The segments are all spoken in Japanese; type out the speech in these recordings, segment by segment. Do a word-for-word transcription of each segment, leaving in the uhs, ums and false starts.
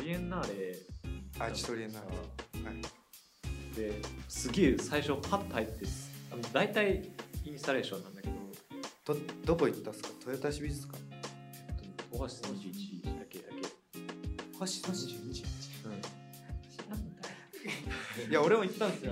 リエンナーレあチトリエンナーレ、はい、 ですげえ最初パッと入ってあの大体インスタレーションなんだけど、 どどこ行ったんですか？豊田市美術館、 オアシスにじゅういちだけだけオアシスにじゅういち、 うん、 いや俺も行ったんですよ。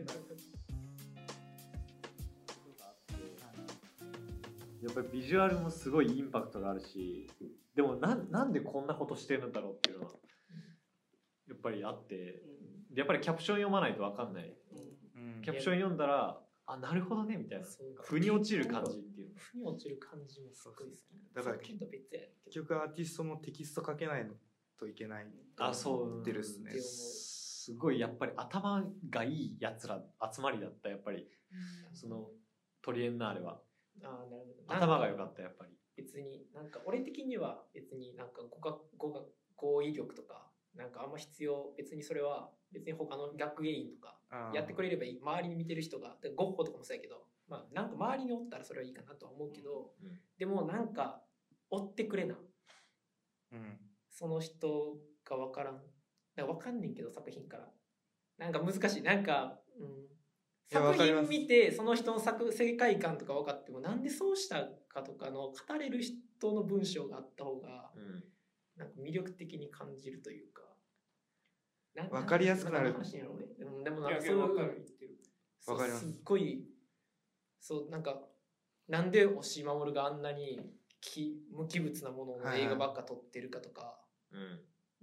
やっぱりビジュアルもすごいインパクトがあるし、でもな なんでこんなことしてるんだろうっていうのはやっぱりあって、やっぱりキャプション読まないと分かんない、うん、キャプション読んだらあなるほどねみたいな、腑に落ちる感じっていう、 腑に落ちる感じもすごい好き。 だから結局アーティストもテキスト書けないのといけないあそうってるっすね。 すごいやっぱり頭がいいやつら集まりだった。やっぱりそのトリエンナーレはあなるほど、 頭が良かった。やっぱり別になんか俺的には別になんか語学語学語彙力とかなんかあんま必要、別にそれは別に他の学芸員とかやってくれればいい。周りに見てる人がゴッホとかもそうやけど、まあなんか周りにおったらそれはいいかなとは思うけど、うん、でもなんか追ってくれな、うん、その人が分からん、だから分かんねんけど作品からなんか難しい、なんか、うん、作品見てその人の作世界観とか分かってもなんでそうしたかとかの語れる人の文章があった方が、うん、なんか魅力的に感じるというか、 分かりやすくなる。 でもなんかそういう分かります。すっごいそうなんかなんで押井守があんなに無機物なものの映画ばっか撮ってるかとか、はいはい、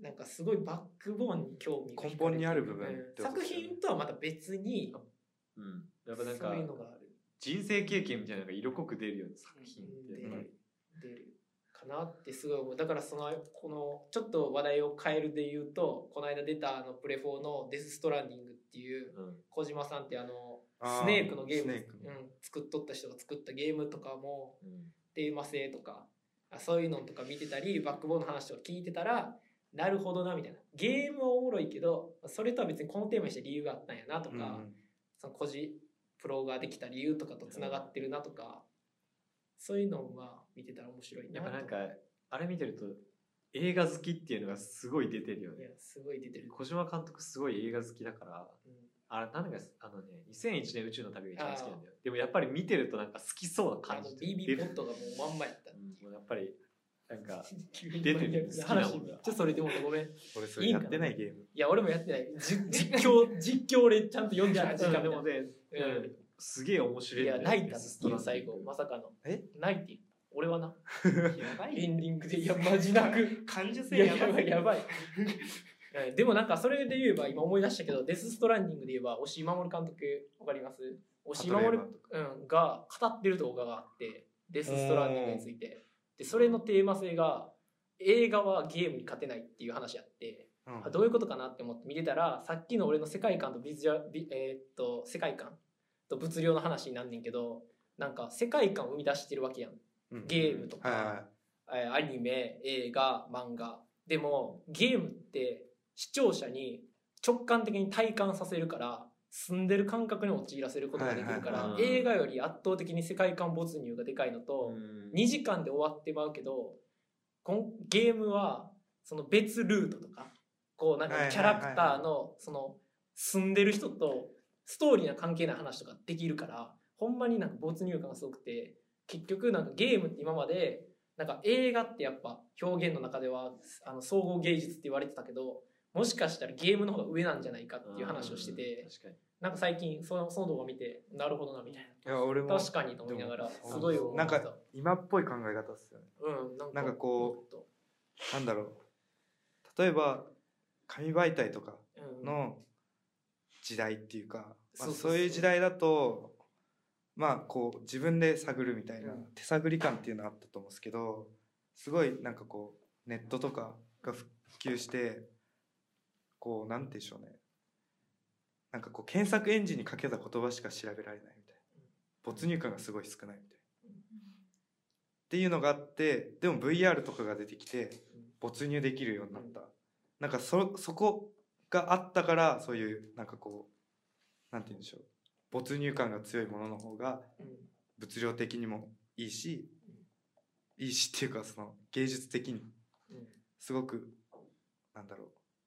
なんかすごいバックボーンに興味が根本にある部分、 うん、作品とはまた別に、 うん、やっぱなんかそういうのがある。 人生経験みたいなのが色濃く出るような作品って、 うん、出る出るかなってすごい思う。だからそのこのちょっと話題を変えるで言うと、この間出たあのプレフォーのデスストランディングっていう、うん、小島さんってあのスネークのゲーム、うん、作っとった人が作ったゲームとかも、うん、テーマ性とかそういうのとか見てたり、バックボーンの話を聞いてたらなるほどなみたいな、ゲームはおもろいけどそれとは別にこのテーマにした理由があったんやなとか、うん、その個人プロができた理由とかとつながってるなとか、そういうのは見てたら面白いな。 やっぱなんかあれ見てると映画好きっていうのがすごい出てるよね。 いやすごい出てる。 小島監督すごい映画好きだから、うん、あれなんかあのねにせんいちねん宇宙の旅が一番好きなんだよ。でもやっぱり見てるとなんか好きそうな感じ。 ビービーポットがもうまんまやった。 うん、もうやっぱりなんか出てる好きなものが。 ちょっとそれでもごめん。 俺それやってないゲーム。 いや俺もやってない。実況実況俺ちゃんと読んである時間でもね。うんすげえ面白い、 ね。いや泣いたの最後まさかの。 え泣いて俺はな。やばいエンディングでいやマジ泣く。 感受性やばいやばい。でもなんかそれで言えば今思い出したけど、デスストランディングで言えば押井守監督わかります？押井守、うん、が語ってる動画があって、デスストランディングについてで、それのテーマ性が映画はゲームに勝てないっていう話あって、うん、どういうことかなって思って見てたら、さっきの俺の世界観とビジュアビ、えー、っと世界観と物量の話になんねんけど、なんか世界観を生み出してるわけやん、うん、ゲームとか、はいはい、アニメ、映画、漫画でもゲームって視聴者に直感的に体感させるから住んでる感覚に陥らせることができるから、はいはいはい、映画より圧倒的に世界観没入がでかいのと、にじかんで終わってまうけどゲームはその別ルートとかこうなんかキャラクターのその住んでる人とストーリーな関係ない話とかできるから、ほんまになんか没入感がすごくて、結局なんかゲームって今までなんか映画ってやっぱ表現の中ではあの総合芸術って言われてたけど、もしかしたらゲームの方が上なんじゃないかっていう話をしてて、確かになんか最近そのその動画見てなるほどなみたいな。 いや俺も確かにと思いながらすごい思った。 なんか今っぽい考え方ですよね。 うん、なんか、 なんかこうなんだろう、例えば紙媒体とかの時代っていうか、まあ、そういう時代だとまあこう自分で探るみたいな手探り感っていうのあったと思うんですけど、すごいなんかこうネットとかが普及してこうなんて言うんでしょうね、なんかこう検索エンジンにかけた言葉しか調べられないみたいな、没入感がすごい少ないみたいなっていうのがあって、でも ブイアール とかが出てきて没入できるようになった、なんか そ, そこがあったから、そういうなんかこうなんて言うんでしょう、没入感が強いものの方が物量的にもいいし、いいしっていうかその芸術的にすごくなんだろう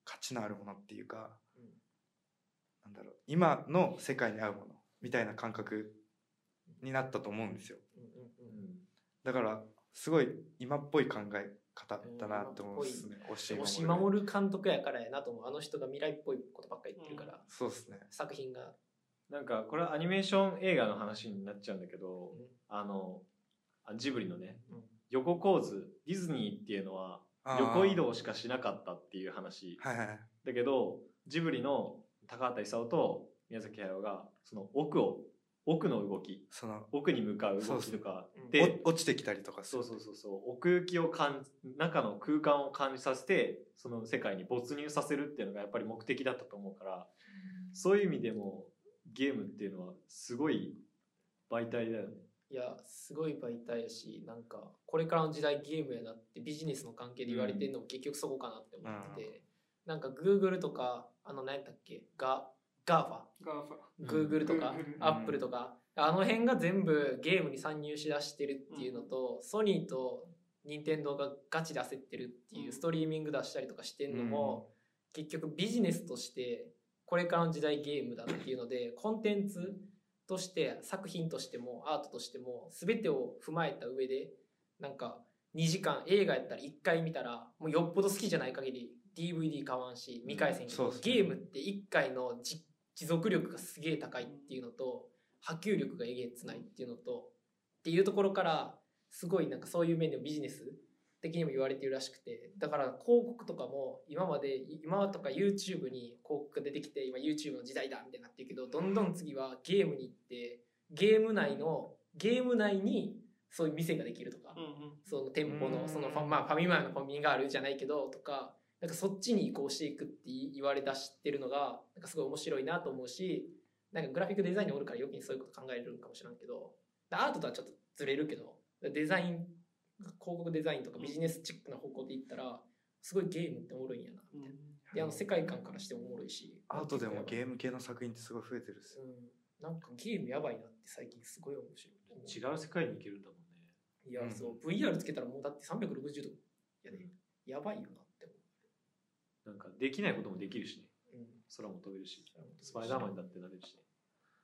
価値のあるものっていうか、 うん、 なんだろう今の世界に合うものみたいな感覚になったと思うんですよ、うんうんうん、だからすごい今っぽい考え方だなって思うんですね。 押井守監督やからやなと思う。あの人が未来っぽいことばっかり言ってるから、うん、 そうですね。 作品がなんかこれはアニメーション映画の話になっちゃうんだけど、うん、あのジブリのね、うん、横構図ディズニーっていうのは横移動しかしなかったっていう話、 はいはい、 だけどジブリの高畑勲と宮崎駿がその奥を奥の動き、その奥に向かう動きとかで落ちてきたりとかする、そうそうそうそう、奥行きを感じ、中の空間を感じさせてその世界に没入させるっていうのがやっぱり目的だったと思うから、うん、そういう意味でもゲームっていうのはすごい媒体だよね。 いやすごい媒体やし、なんかこれからの時代ゲームやなってビジネスの関係で言われてるのも結局そこかなって思ってて、うん、なんか Google とかあの何やったっけがガーファ、Google とか Apple とか、あの辺が全部ゲームに参入しだしてるっていうのと、ソニーと任天堂がガチで焦ってるっていう、ストリーミング出したりとかしてんのも、結局ビジネスとしてこれからの時代ゲームだっていうので、コンテンツとして作品としてもアートとしても全てを踏まえた上で、なんかにじかん映画やったらいっかい見たらもうよっぽど好きじゃない限り ディーブイディー 買わんし見返せんけど、うん、ゲームっていっかいの実持続力がすげえ高いっていうのと、波及力がえげつないっていうのとっていうところから、すごいなんかそういう面でもビジネス的にも言われているらしくて、だから広告とかも今まで今とか YouTube に広告が出てきて、今 YouTube の時代だみたいになってるけど、どんどん次はゲームに行って、ゲーム内のゲーム内にそういう店ができるとか、うんうん、その店舗のそのファ、まあ、ファミマのコンビニがあるじゃないけどとか、なんかそっちに移行していくって言われだしてるのがなんかすごい面白いなと思うし、なんかグラフィックデザインにおるから余計にそういうこと考えれるかもしれんけど、アートとはちょっとずれるけど、デザイン広告デザインとかビジネスチックな方向でいったらすごいゲームっておもろいんやなみたいな、うん、であの世界観からしてもおもろいし、 アートでもゲーム系の作品ってすごい増えてるっす、 うん、なんかゲームやばいなって最近すごい面白い。 違う世界に行けるんだもんね。 いや、うん、そう ブイアール つけたらもうだってさんびゃくろくじゅうどやで、やばいよなって思う。なんかできないこともできるしね、うん、空も飛べるし、スパイダーマンだってなれるしね。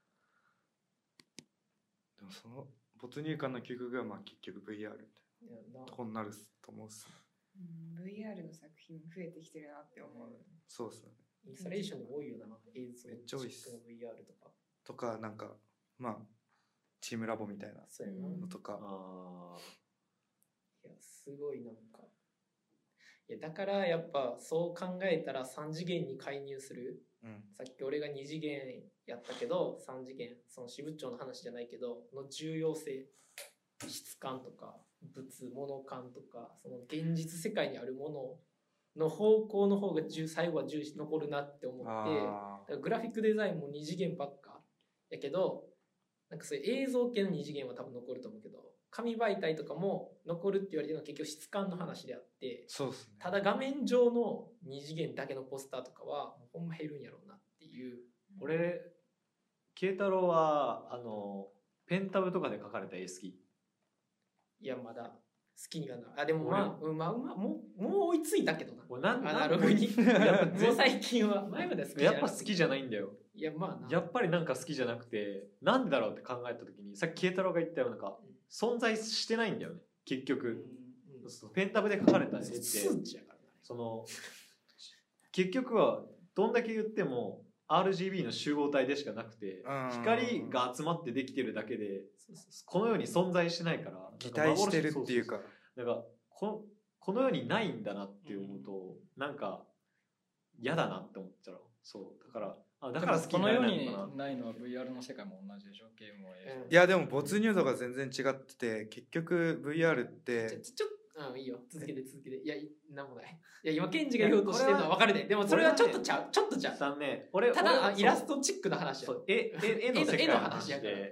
でもその没入感の究極がまあ結局 ブイアール みたいなとこになると思うっすね、 うん、ブイアール の作品増えてきてるなって思う、うん、 そうっすね。 インスタレーション多いよな、映像めっちゃ多いっす。 ブイアール とかとかなんかまあチームラボみたいなのとか、 あいやすごいなんか、いやだからやっぱそう考えたらさん次元に介入する、うん、さっき俺がに次元やったけどさん次元、その支部長の話じゃないけどの重要性、質感とか物物感とか、その現実世界にあるものの方向の方が最後は重視残るなって思って、だからグラフィックデザインもに次元ばっかやけど、なんかそういう映像系のに次元は多分残ると思うけど、紙媒体とかも残るって言われてるのは結局質感の話であって、 そうっすね、 ただ画面上のに次元だけのポスターとかはほんま減るんやろうなっていう。 俺慶太郎はあのペンタブとかで描かれた絵好き？ いやまだ好きにがなあ、でもまあ、うん、まあ、まあ、もうもう追いついたけどな、 なんアナログにもう最近は前まで好きじゃやっぱ好きじゃないんだよ。 いやまあな、 やっぱりなんか好きじゃなくて、なんでだろうって考えた時に、さっき慶太郎が言ったような、なんか存在してないんだよね結局、うんうん、そうペンタブで描かれた絵ってその結局はどんだけ言っても アールジービー の集合体でしかなくて、光が集まってできてるだけでこの世に存在しないから、 擬態してるっていうか、 だからここの世にないんだなって思うと、なんか嫌だなって思っちゃう。そうだからあだから好きになれないのかな。 この世にないのは ブイアール の世界も同じでしょ、ゲームも映像。 いやでも没入度が全然違ってて、結局 ブイアール ってちょちょうん、いいよ続けて続けて、いやなんもない、いや今ケンジが言おうとしてるのは分かるね。でもそれはちょっとちゃう、ちょっとちゃう。 残念。俺ただイラストチックな話や。 絵絵の世界の話で。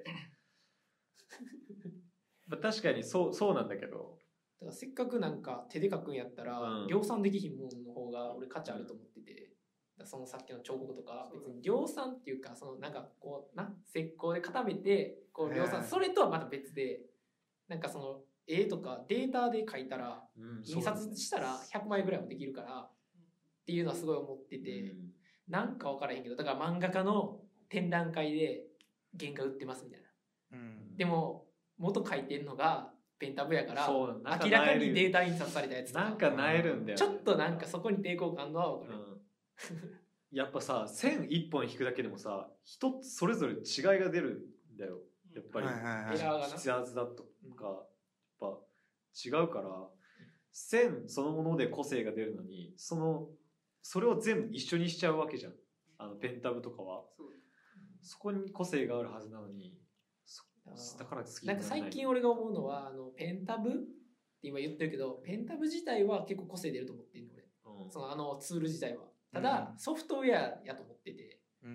確かにそうそうなんだけど。 だからせっかくなんか手で描くんやったら、うん、量産できひんものの方が俺価値あると思ってて、そのさっきの彫刻とか別に量産っていうか、そのなんかこうな石膏で固めてこう量産、それとはまた別で、なんかその絵とかデータで描いたら、うん、印刷したらひゃくまいぐらいもできるから、 っていうのはすごい思ってて、 うんなんか分からへんけどだから漫画家の展覧会で原画売ってますみたいな、 うん、 でも元書いてんのがペンタブやからそうなんか明らかにデータ印刷されたやつとなんかなえるんだよ、ね、 ちょっとなんかそこに抵抗感あるのは分かる、 うん、やっぱさ線一本引くだけでもさ一つそれぞれ違いが出るんだよやっぱり、 はいはいはい、 エラーがな筆圧だとかやっぱ違うから線そのもので個性が出るのにそのそれを全部一緒にしちゃうわけじゃんあのペンタブとかは そ, そこに個性があるはずなのにだから好きにならない。 なんか最近俺が思うのはあのペンタブって今言ってるけどペンタブ自体は結構個性出ると思ってんの俺、うん、そのあのツール自体はただ、うん、ソフトウェアやと思ってて、うん、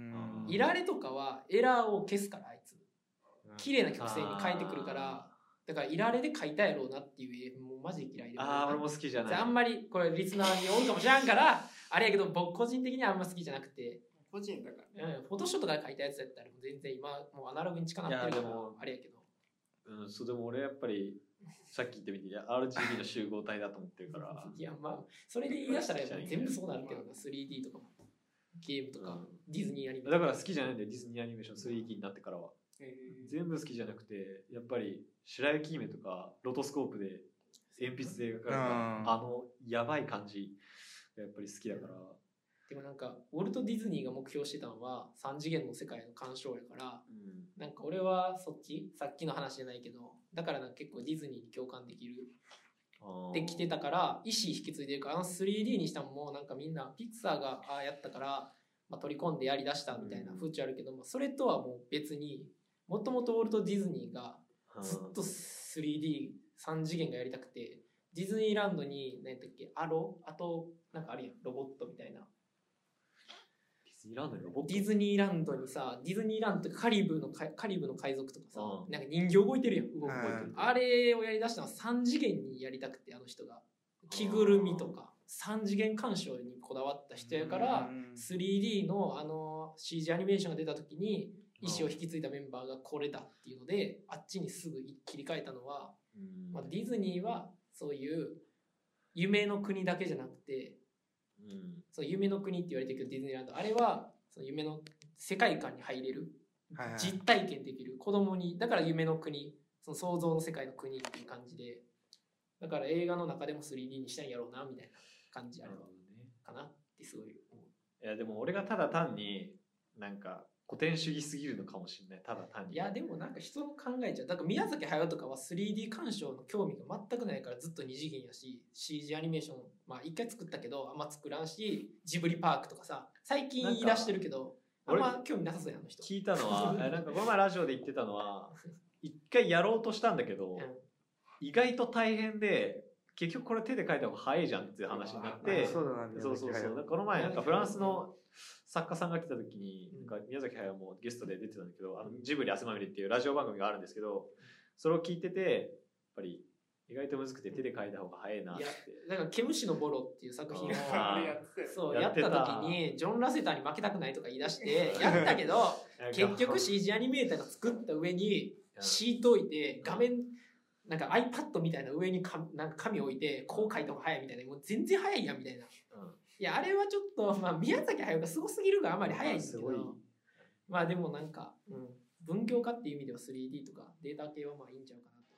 いられとかはエラーを消すからあいつ綺麗な曲線に変えてくるからだからいられで書いたやろうなっていうもうマジで嫌いでああ俺も好きじゃないあんまりこれリスナーに多いかもしれんからあれやけど僕個人的にはあんま好きじゃなくて個人だから、 うん、フォトショーとかで書いたやつやったら全然今もうアナログに近なってるからあれやけどうんそうでも俺やっぱりさっき言ったみたいに アールジービー の集合体だと思ってるからいやまあそれで言い出したら全部そうなるけどな スリーディー とかもゲームとか、うん、ディズニーアニメーションだから好きじゃないんだよディズニーアニメーション スリーディー になってからは全部好きじゃなくてやっぱり白雪姫とかロトスコープで鉛筆で描かれたあのやばい感じがやっぱり好きだからでもなんかウォルト・ディズニーが目標してたのはさん次元の世界の鑑賞やから、うん、なんか俺はそっちさっきの話じゃないけどだからなんか結構ディズニーに共感できるできてたから意思引き継いでるからあの スリーディー にしたのもなんかみんなピクサーがああやったから、まあ、取り込んでやりだしたみたいな風潮あるけども、うん、それとはもう別にもともとウォルト・ディズニーがずっと スリーディーさん 次元がやりたくてディズニーランドに何だっけアロあとなんかあるやんロボットみたいなディズニーランドにロボットディズニーランドにさディズニーランドとかカリブのカリブの海賊とかさ、うん、なんか人形動いてるやん動く動いてるあれをやりだしたのはさん次元にやりたくてあの人が着ぐるみとかさん次元鑑賞にこだわった人やから スリーディー のあの シージー アニメーションが出た時に意思を引き継いだメンバーがこれだっていうのであっちにすぐ切り替えたのは、まあ、ディズニーはそういう夢の国だけじゃなくて、うん、そう夢の国って言われてるけどディズニーランドあれはその夢の世界観に入れる、はいはい、実体験できる子供にだから夢の国その想像の世界の国っていう感じでだから映画の中でも スリーディー にしたいんやろうなみたいな感じあるかなってすごい思う。 いやでも俺がただ単になんか古典主義すぎるのかもしれないただ単にいやでもなんか人の考えちゃうだから宮崎駿とかは スリーディー 鑑賞の興味が全くないからずっと二次元やし シージー アニメーションまあ一回作ったけどあんま作らんしジブリパークとかさ最近言い出してるけどあんま興味なさそうやあの人聞いたのはなんかこの前ラジオで言ってたのは一回やろうとしたんだけど、うん、意外と大変で結局これ手で書いた方が早いじゃんっていう話になってそうだねそうそうそうこの前なんかフランスの作家さんが来た時に、なんか宮崎駿もゲストで出てたんだけど、あのジブリ汗まみれっていうラジオ番組があるんですけど、それを聞いててやっぱり意外と難しくて手で書いた方が早いなって。いやだから毛虫のボロっていう作品をそうやった時にジョン・ラセターに負けたくないとか言い出してやったけど結局 シージー アニメーターが作った上にシート置いて画面なんか iPad みたいな上にかなんか紙置いてこう書いた方が早いみたいなもう全然早いやんみたいな。うんいやあれはちょっと、まあ、宮崎駿がすごすぎるがあまり早いんですけどまあでもなんか、うん、文教化っていう意味では スリーディー とかデータ系はまあいいんちゃうかな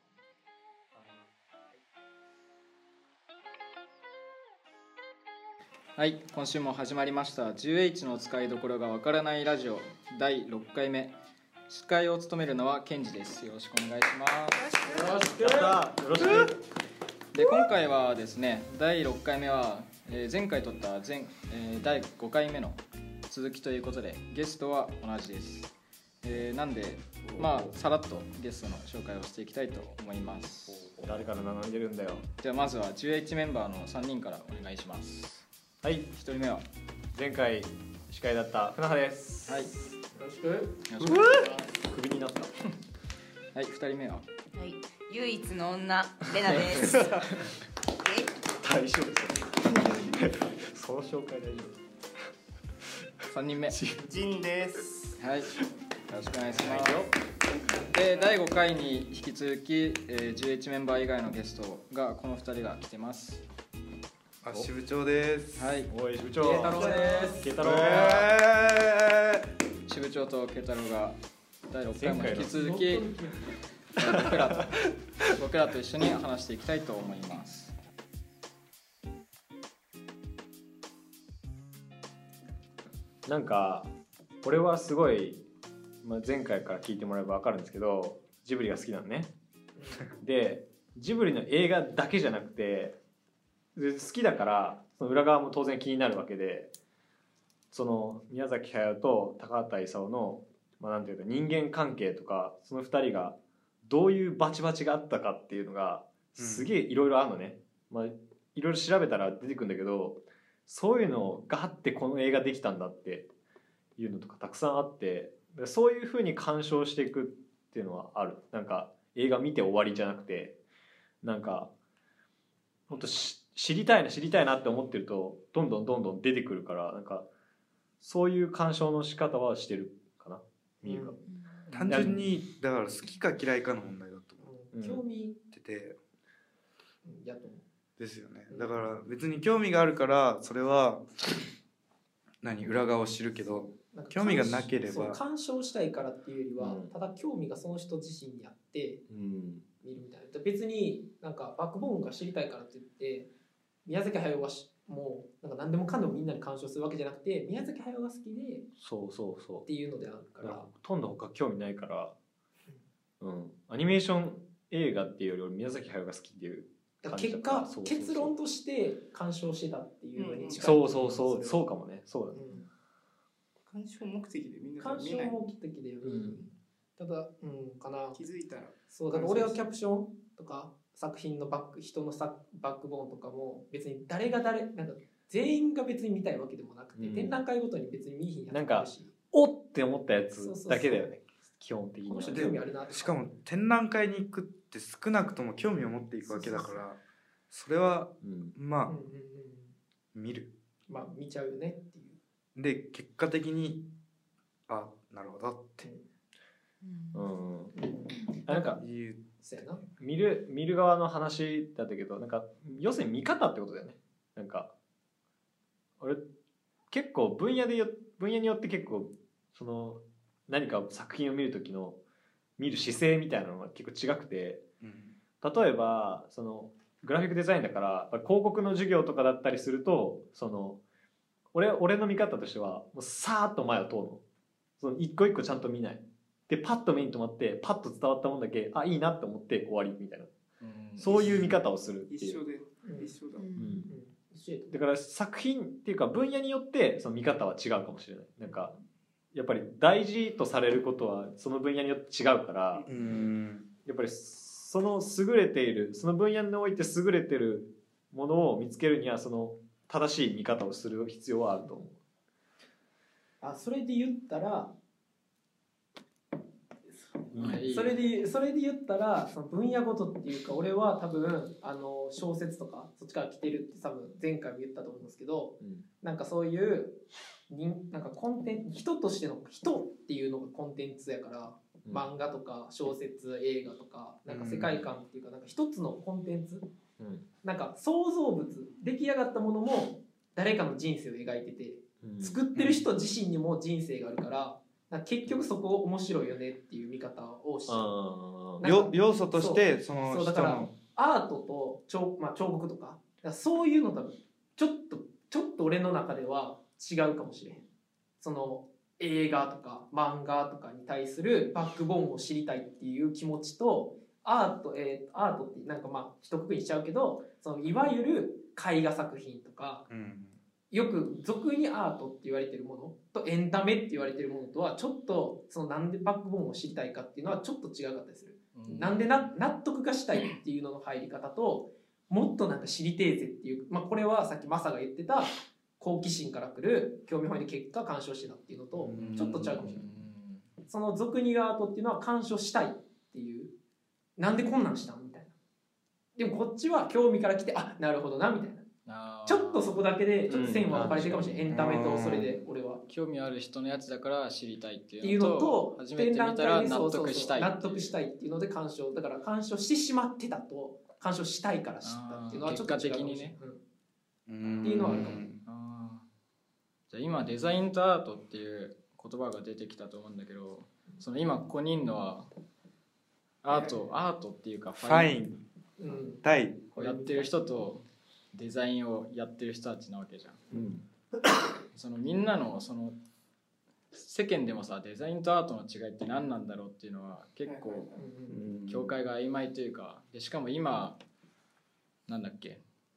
と。はい、今週も始まりました ジーエイチ の使いどころがわからないラジオだいろっかいめ司会を務めるのはケンジです。よろしくお願いします。 よろしくよろしくで今回はですねだいろっかいめはえー、前回撮った前、えー、だいごかいめの続きということでゲストは同じです、えー、なんでまあさらっとゲストの紹介をしていきたいと思います。 誰から名乗り出るんだよ。 ではまずは ジーエイチ メンバーのさんにんからお願いします。 はい、 ひとりめは前回司会だった船葉です。 はい、よろしくよろしくクビになったはい、ふたりめははい唯一の女レナです大丈夫ですその紹介大丈夫さんにんめジンです。 はい、よろしくお願いします。でだいごかいに引き続き、えー、ジーエイチ メンバー以外のゲストがこのふたりが来てます。 あ、支部長です。 はい、 おい支部長慶太郎です慶太郎、 え支部長と慶太郎がだいろっかいも前回の引き続き僕らと僕らと一緒に話していきたいと思います。 なんか俺はすごい、まあ、前回から聞いてもらえば分かるんですけどジブリが好きなのねでジブリの映画だけじゃなくてで好きだからその裏側も当然気になるわけで、その宮崎駿と高畑勲の、まあ、なんていうか人間関係とかそのふたりがどういうバチバチがあったかっていうのがすげえいろいろあるのね、うん、まあいろいろ調べたら出てくるんだけど、そういうのがあってこの映画できたんだっていうのとかたくさんあって、そういう風に鑑賞していくっていうのはある。なんか映画見て終わりじゃなくて、なんか本当知りたいな知りたいなって思ってるとどんどんどんどん出てくるから、なんかそういう鑑賞の仕方はしてるかな、見るが、 ー、単純にだから好きか嫌いかの問題だと思うん、興味ってて、 やと思うですよね。だから別に興味があるからそれは何裏側を知るけど、 なんか興味がなければそう鑑賞したいからっていうよりは、 うんただ興味がその人自身にあってうん見るみたいな。別になんかバックボーンが知りたいからって言って宮崎駿はしもうなんか何でもかんでもみんなに鑑賞するわけじゃなくて、宮崎駿が好きでそうそうそうっていうのであるから、 ほとんど他興味ないから、うん、アニメーション映画っていうより俺宮崎駿が好きっていうだから感じだ結果からそうそうそう結論として鑑賞してたっていうのに近い。 そうそうそうれはそうかもね、そうだね、 鑑賞目的でみんな鑑賞見ない目的で、 うんただうんかな。 気づいたらそうだから俺はキャプションとか作品のバック人のさバックボーンとかも別に誰が誰なんか全員が別に見たいわけでもなくて、 うん展覧会ごとに別に見ひんやつもなんかあるし、 おって思ったやつだけだよね、基本的にはこの人興味あるなとか。 しかも展覧会に行くって少なくとも興味を持っていくわけだから、それはうんまあうんうんうん、 見るまあ見ちゃうよねっていう。 で結果的にあなるほどってうんなんかいうそうやな。 見る見る側の話だったけど、なんか要するに見方ってことだよね。なんか俺結構分野でよ分野によって結構その何か作品を見る時の見る姿勢みたいなのが結構違くて、例えばそのグラフィックデザインだから広告の授業とかだったりすると、その俺俺の見方としてはもうさーっと前を通るの。その一個一個ちゃんと見ない。でパッと目に留まってパッと伝わったもんだけあいいなって思って終わりみたいな、 うんそういう見方をするっていう。 一緒でうん一緒だ、 うんうん教えてだから作品っていうか分野によってその見方は違うかもしれない。なんかやっぱり大事とされることはその分野によって違うから、 うんやっぱりその優れているその分野において優れてるものを見つけるにはその正しい見方をする必要はあると思う。 あそれで言ったら、 はいそれでそれで言ったらその分野ごとっていうか、俺は多分あの小説とかそっちから来てるって多分前回も言ったと思うんですけど、 うんなんかそういう人なんかコンテンツ人としての人っていうのがコンテンツやから、 うん漫画とか小説映画とかなんか世界観っていうかなんか一つのコンテンツ、 うんなんか創造物出来上がったものも誰かの人生を描いてて、 うん作ってる人自身にも人生があるから、なんか結局そこ面白いよねっていう見方をしちゃう。 あなんかよ要素としてその人そうだからのアートと彫,、まあ、彫刻とか、だからそういうの多分ちょっとちょっと俺の中では違うかもしれへん。その映画とか漫画とかに対するバックボーンを知りたいっていう気持ちと、アート、えー、アートってなんかまあ一括りにしちゃうけど、そのいわゆる絵画作品とかうんよく俗にアートって言われてるものとエンタメって言われてるものとはちょっとそのなんでバックボーンを知りたいかっていうのはちょっと違かったりする。なんでな納得がしたいっていうのの入り方と、もっとなんか知りてえぜっていう、まあ、これはさっきマサが言ってた好奇心から来る興味本位で結果鑑賞してたっていうのとちょっと違うかもしれない。その俗に言うアートっていうのは鑑賞したいっていう、なんでこんなんしたんみたいな。でもこっちは興味から来て、あなるほどなみたいな。 あーちょっとそこだけでちょっと線は分かれてるかもしれない、 うんエンタメとそれで俺は。 興味ある人のやつだから知りたいってっていういうのとのと初めて見たら納得したい納得したいっていうので鑑賞、だから鑑賞してしまってたと鑑賞したいから知ったっていうのはちょっと違うかもしれない。 あー結果的にねっていうのはあるかも。 あじゃあ今デザインとアートっていう言葉が出てきたと思うんだけど、その今ここにいるのはアートアートっていうかファインうん対をやってる人とデザインをやってる人たちなわけじゃん。 うんそのみんなのその世間でもさデザインとアートの違いって何なんだろうっていうのは結構うん境界が曖昧というか、でしかも今なんだっけ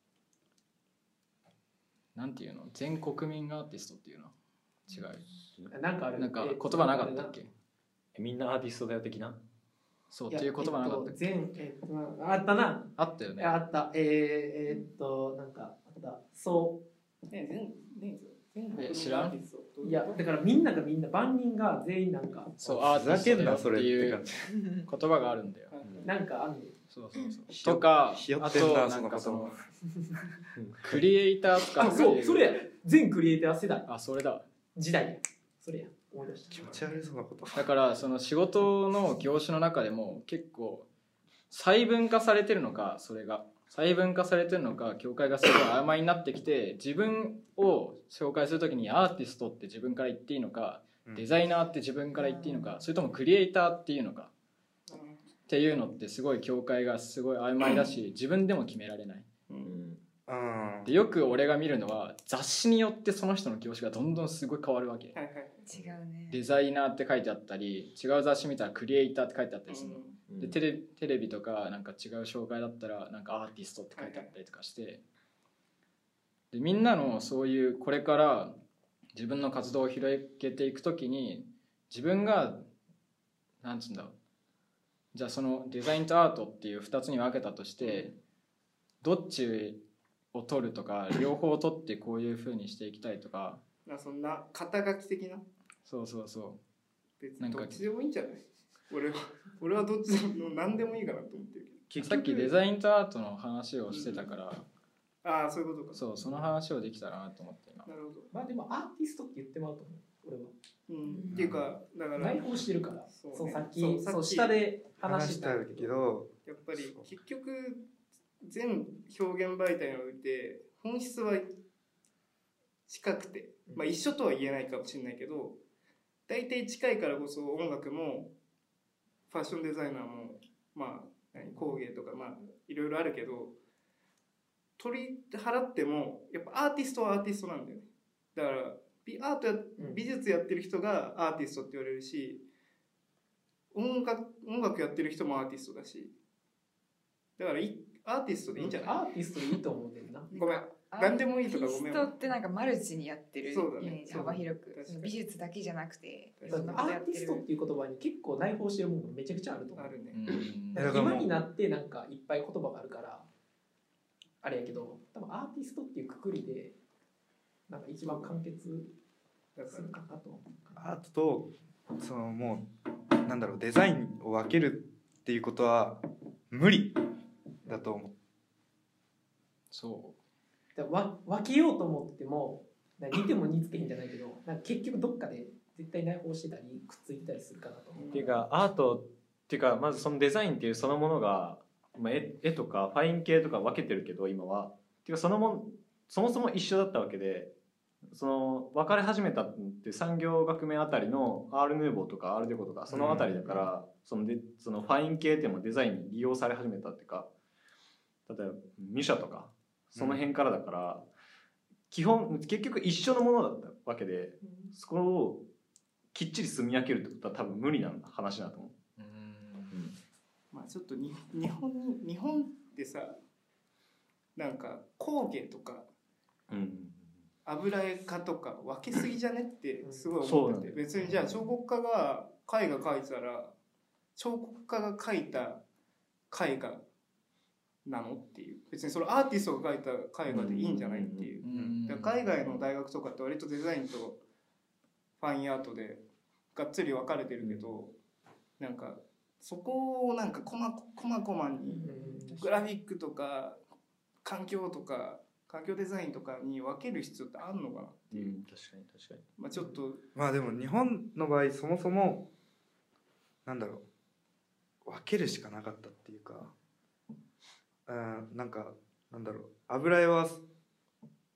なんていうの全国民アーティストっていうの違うなんかあるなんかえ言葉なかったっけ？ みんなアーティストだよ的な。 そうっていう言葉なかったっけ？ 全えっとあったな。 あったよね。 あったえー、えーっとなんかあったそうね全全全え知らんいやだからみんながみんな万人が全員なんかそうアーティふざけんストだよってなそれっていう感じ。 言葉があるんだよ。 なんかあんねん。 そうそうそう。とかひよあってんなとなんかそのそのクリエイターとかあっていうそうそれや全クリエイター世代あそれだ。 時代やそれや思い出した気持ち悪いそのこと。 だからその仕事の業種の中でも結構細分化されてるのかそれが細分化されてるのか境界がすごい曖昧になってきて自分を紹介するときにアーティストって自分から言っていいのかデザイナーって自分から言っていいのかそれともクリエイターっていうのかっていうのってすごい境界がすごい曖昧だし自分でも決められないうんうんでよく俺が見るのは雑誌によってその人の業種がどんどんすごい変わるわけはいはい違うね。 デザイナーって書いてあったり違う雑誌見たらクリエイターって書いてあったりするのでテレテレビとかなんか違う紹介だったらなんかアーティストって書いてあったりとかしてでみんなのそういうこれから自分の活動を広げていくときに自分がなんつうんだろうじゃあそのデザインとアートっていうふたつに分けたとしてどっちを取るとか両方取ってこういうふうにしていきたいとかなそんな肩書き的なそうそうそう別なんかにどっちでもいいんじゃない俺は俺はどっちでも何でもいいかなと思ってるけさっきデザインとアートの話をしてたからどああそういうことかそうその話をできたらなと思って今なるほどまあでもアーティストって言ってまうと思う俺はうんっていうかだから内包してるからそねそううさっきそうそう下で話話したしたけどやっぱり結局全表現媒体において本質は近くて、まあ、一緒とは言えないかもしれないけど大体近いからこそ音楽もファッションデザイナーもまあ何工芸とかまあいろいろあるけど取り払ってもやっぱアーティストはアーティストなんだよねだから美アートや美術やってる人がアーティストって言われるし音楽音楽やってる人もアーティストだしだからいアーティストでいいんじゃない、 アーティストでいいと思うねんなごめん何でもいいとかごめんアーティストってなんかマルチにやってるイそうだねメージ、幅広く確かに美術だけじゃなくていだろんなからアーティことやってるストっていう言葉に結構内包してるものがめちゃくちゃあると思うあるねうんだから今になってなんかいっぱい言葉があるからあれやけど多分アーティストっていうくくりでなんか一番完結だからするかなと思うアートとそのもうなんだろうデザインを分けるっていうことは無理だと思う。 そだからわ分けようと思ってもなんか似ても似つけへんじゃないけどなんか結局どっかで絶対内包してたりくっついてたりするかなと思うっていうかアートっていうかまずそのデザインっていうそのものが、まあ、絵, 絵とかファイン系とか分けてるけど今はっていうかそのもそもそも一緒だったわけでその分かれ始めたって産業革命あたりのアール・ヌーボーとかアール・デコとかそのあたりだから、うん、そのでそのファイン系っていうのもデザインに利用され始めたっていうか例えばミュシャとかその辺からだから、うん、基本結局一緒のものだったわけで、うん、そこをきっちり住み分けるってことは多分無理な話だと思う。 う、 うんまあちょっとに日本に日本ってさなんか工芸とか、 うん油絵画とか分けすぎじゃねってすごい思ってて、別にじゃあ彫刻家が絵画描いたら彫刻家が描いた絵画なのっていう別にそれアーティストが描いた絵画でいいんじゃないっていう、だから海外の大学とかって割とデザインとファインアートでがっつり分かれてるけどなんかそこをなんかこまこまこまにグラフィックとか環境とか環境デザインとかに分ける必要ってあるのかなっていう、 うん、確かに確かにまあちょっとまあでも日本の場合そもそもなんだろう分けるしかなかったっていうか、うん、なんかなんだろう油絵は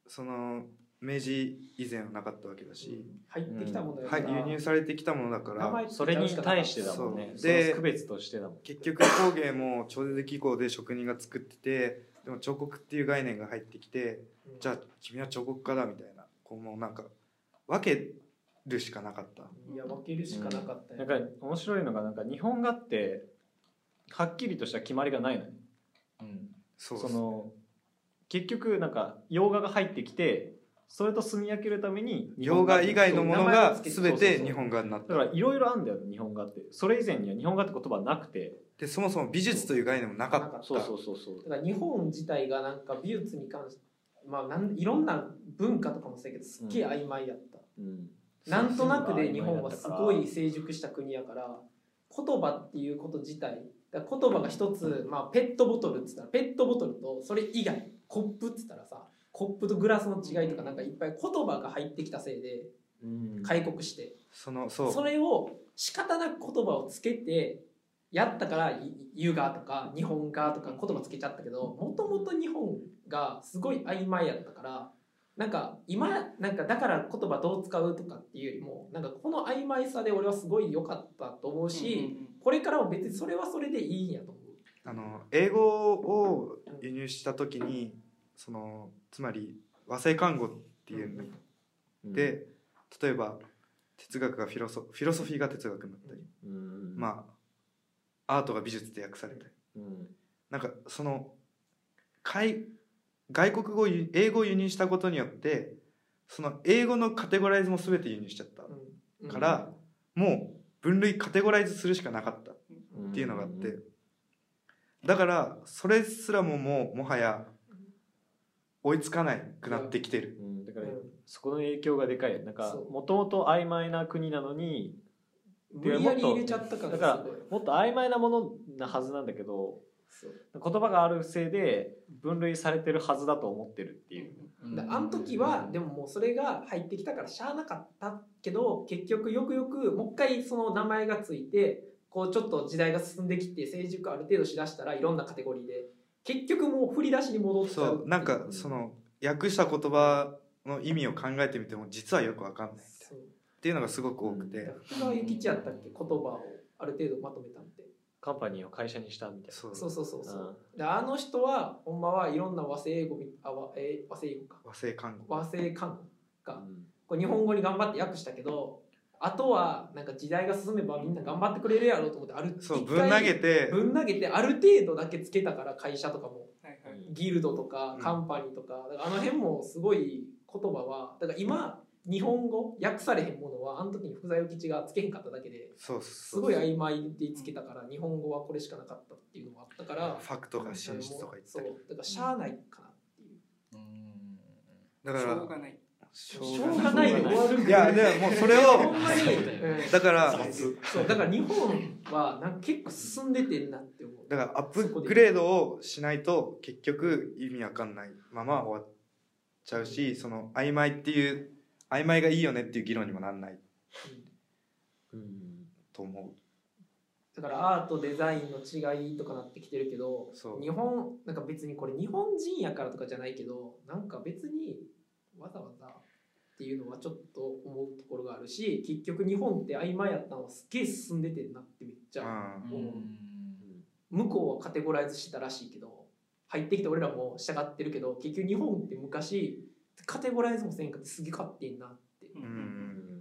その明治以前はなかったわけだし、 入ってきたものだはい、輸入されてきたものだから名前それに対してだもんね。 そうでその区別としてだもん。 結局工芸も超絶技巧で職人が作ってて、でも彫刻っていう概念が入ってきて、じゃあ君は彫刻家だみたいな、こうもうなんか分けるしかなかった。 いや分けるしかなかったよ、 うん、なんか面白いのがなんか日本画ってはっきりとした決まりがないのよ。 うん、 そうですね。 その結局なんか洋画が入ってきて、それと住み分けるために洋画以外のものが全て日本画になった。 だからいろいろあるんだよ日本画って。それ以前には日本画って言葉はなくて、 でそもそも美術という概念もなかった。 そうそうそうそう。 だから日本自体がなんか美術に関して、まあ、なんいろんな文化とかもそうやけどすっげえ曖昧やった、うん、なんとなくで日本はすごい成熟した国やから、言葉っていうこと自体だから言葉が一つ、まあ、ペットボトルっつったらペットボトルとそれ以外コップっつったらさ、コップとグラスの違いとかなんかいっぱい言葉が入ってきたせいで開国して、 そのそうそれを仕方なく言葉をつけてやったから優雅とか日本画とか言葉つけちゃったけど、もともと日本がすごい曖昧やったから、なんか今なんかだから言葉どう使うとかっていうよりもなんかこの曖昧さで俺はすごい良かったと思うし、これからも別にそれはそれでいいんやと思う。 あの英語を輸入した時にそのつまり和製漢語っていうの、うん、で例えば哲学がフィロソフィロソフィーが哲学になったり、うん、まあアートが美術で訳されたり、うん、なんかその外国語英語を輸入したことによってその英語のカテゴライズも全て輸入しちゃったから、うん、もう分類カテゴライズするしかなかったっていうのがあって、だからそれすらももうもはや追いつかないくなってきてる、 うん、だからそこの影響がでかい。なんかもともと曖昧な国なのに無理やり入れちゃったから、 だからもっと曖昧なものなはずなんだけど、言葉があるせいで分類されてるはずだと思ってるっていう、 うん、あの時はでももうそれが入ってきたからしゃあなかったけど、結局よくよくもう一回その名前がついてこうちょっと時代が進んできて成熟ある程度しだしたらいろんなカテゴリーで結局もう振り出しに戻っちゃう。 そうなんかその訳した言葉の意味を考えてみても実はよく分かんないっていうのがすごく多くて、 福川諭吉やったっけ言葉をある程度まとめたんでカンパニーを会社にしたみたいな。 そうそうそうそうそう、うん、であの人はほんまはいろんな和製英語あ和、えー、和製英語か和製漢語和製漢語か、うん、これ日本語に頑張って訳したけど、あとはなんか時代が進めばみんな頑張ってくれるやろうと思ってあるそうぶん投げてぶん投げてある程度だけつけたから、会社とかも、はいはい、ギルドとかカンパニーとか、だからあの辺もすごい言葉はだから今日本語訳されへんものはあの時に福沢諭吉がつけへんかっただけで、 そうすごい曖昧でつけたから日本語はこれしかなかったっていうのもあったから、 ファクトが真実とか言ってそうだからしゃあないかなっていう、 うん、だからしょうがないしょうがないで終わる。 いやでももうそれをだからそうだから日本はなんか結構進んでてんなって思う。 だからアップグレードをしないと結局意味わかんないまま終わっちゃうし、その曖昧っていう曖昧がいいよねっていう議論にもなんない、うん、と思う。 だからアートデザインの違いとかなってきてるけど、日本なんか別にこれ日本人やからとかじゃないけど、なんか別にわざわざっていうのはちょっと思うところがあるし、結局日本って曖昧やったのはすっげえ進んでてんなってめっちゃ思う、うん、向こうはカテゴライズしたらしいけど入ってきて俺らも従ってるけど、結局日本って昔カテゴライズもせんかってすげえ勝ってんなって、 うん、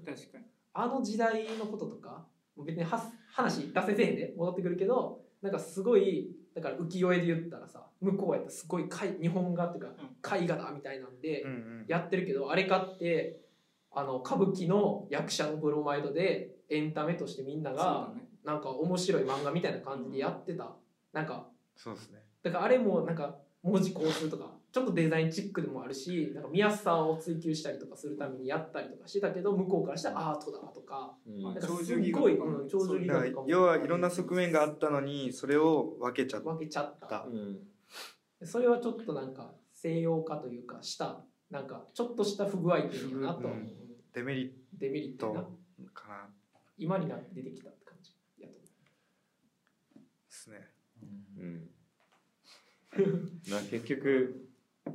確かにあの時代のこととか別には話脱線せえへんで戻ってくるけど、なんかすごいだから浮世絵で言ったらさ、向こうやったらすごい日本画っていうか絵画だみたいなんでやってるけど、うんうん、あれかってあの歌舞伎の役者のブロマイドでエンタメとしてみんながなんか面白い漫画みたいな感じでやってた、なんかそうですね。 だからあれもなんか文字構成とかちょっとデザインチックでもあるし、なんか見やすさを追求したりとかするためにやったりとかしてたけど、向こうからしたらアートだとか、うん、なんかすごい長寿技とかも要はいろんな側面があったのにそれを分けちゃった分けちゃった、うん、それはちょっとなんか西洋化というかしたなんかちょっとした不具合っていうなとは思う、うん、 デメリットデメリットなかな、 今になって出てきたって感じやと思うですね。 うんまあ結局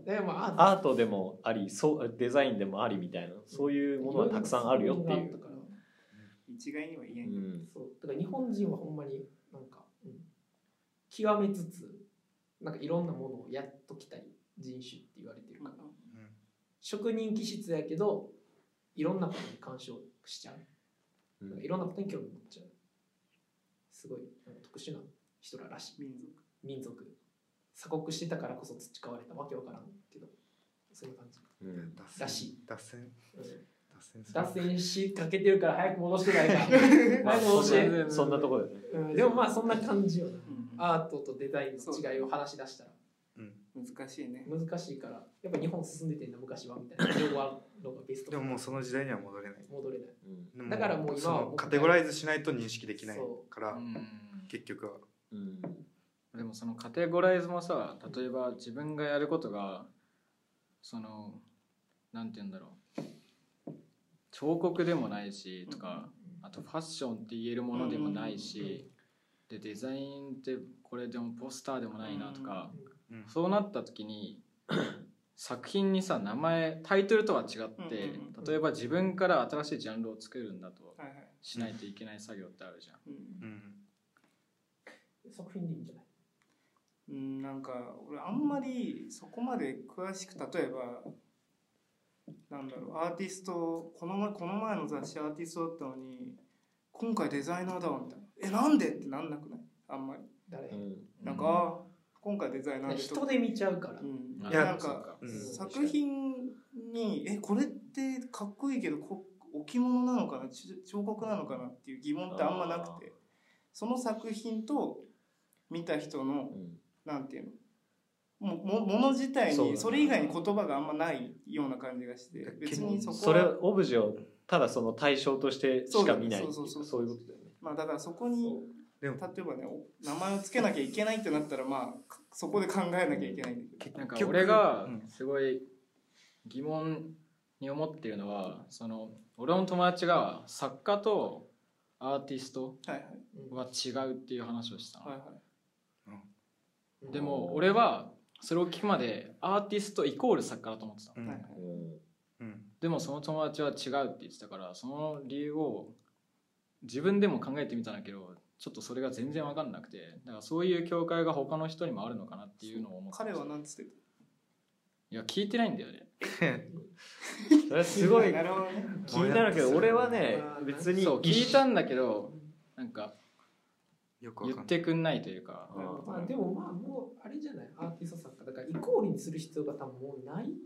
でもアートアートでもあり、そうデザインでもありみたいな、そういうものはたくさんあるよっていう。 一概には言えん、 うん、 そうだから日本人はほんまになんか、うん、極めつつなんかいろんなものをやっときたい人種って言われてるから、うん、職人気質やけどいろんなことに干渉しちゃう、うん、いろんなことに興味持っちゃう、すごい特殊な人ららしい。 民族民族鎖国してたからこそ培われたわけわからんけど、そういう感じ、うん、らしい。 脱線、うん、 脱線しかけてるから早く戻してないから早く戻してそんなところでね、 うん、でもまあそんな感じよな、うん、アートとデザインの違いを話し出したら、 うん、難しいね。 難しいからやっぱ日本進んでてんだ昔はみたいな情報あるのがベスト。 でももうその時代には戻れない戻れない、 うん、 だからもう今はカテゴライズしないと認識できないから、結局は、 うん、でもそのカテゴライズもさ、例えば自分がやることがそのなんて言うんだろう、彫刻でもないしとか、あとファッションって言えるものでもないし、でデザインってこれでもポスターでもないなとか、そうなった時に作品にさ名前タイトルとは違って、例えば自分から新しいジャンルを作るんだとしないといけない作業ってあるじゃん、うんうんうん、作品でいいんじゃない？ うん、なんか俺あんまりそこまで詳しく、例えばなんだろう、アーティストこの前この前の雑誌アーティストだったのに今回デザイナーだわみたいな、えなんでってなんなくない？あんまり誰、うん、なんか、うん、今回デザイナーで人で見ちゃうから、うん、いやなんか、うん、作品にえこれってかっこいいけどこ置物なのかな彫刻なのかなっていう疑問ってあんまなくて、その作品と見た人の、うん、なんていうのももの自体にそれ以外に言葉があんまないような感じがして、別にそこはそれオブジェをただその対象としてしか見ないっていうそういうことだよね。 まあだからそこに例えばね名前をつけなきゃいけないってなったらまあそこで考えなきゃいけないんだけど、 なんか俺がすごい疑問に思っているのは、その俺の友達が作家とアーティストは違うっていう話をしたの、はいはいうん、でも俺はそれを聞くまでアーティストイコール作家だと思ってたの、うんうん、でもその友達は違うって言ってたから、その理由を自分でも考えてみたんだけどちょっとそれが全然分かんなくて、だからそういう境界が他の人にもあるのかなっていうのを思って。 彼は何つってた？ いや聞いてないんだよねそれすごい気になるけど、俺はね別にそう聞いたんだけどなんか言ってくんないというか、 まあ、でもまあもうあれじゃない、アーティスト作家だからイコールにする必要が多分もうない、うん、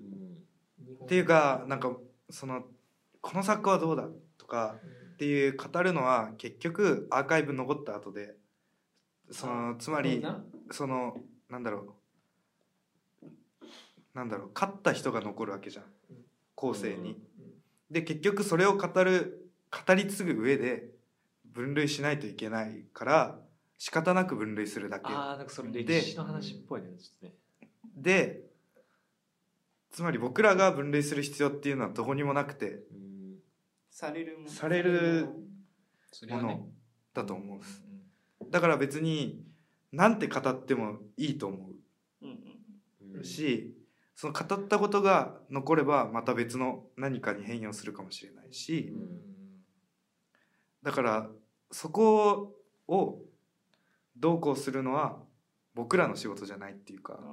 っていうかなんかそのこの作家はどうだとかっていう語るのは結局アーカイブ残った後で、そのつまりそのなんだろうなんだろう勝った人が残るわけじゃん、後世に。で結局それを語る語り継ぐ上で分類しないといけないから仕方なく分類するだけ。 ああなんかそれ歴史の話っぽいねちょっとね。 でつまり僕らが分類する必要っていうのはどこにもなくて、うん、 されるものされるものだと思う、うん、だから別になんて語ってもいいと思う、うん、しその語ったことが残ればまた別の何かに変容するかもしれないし、うん、だからそこをどうこうするのは僕らの仕事じゃないっていうか、うん、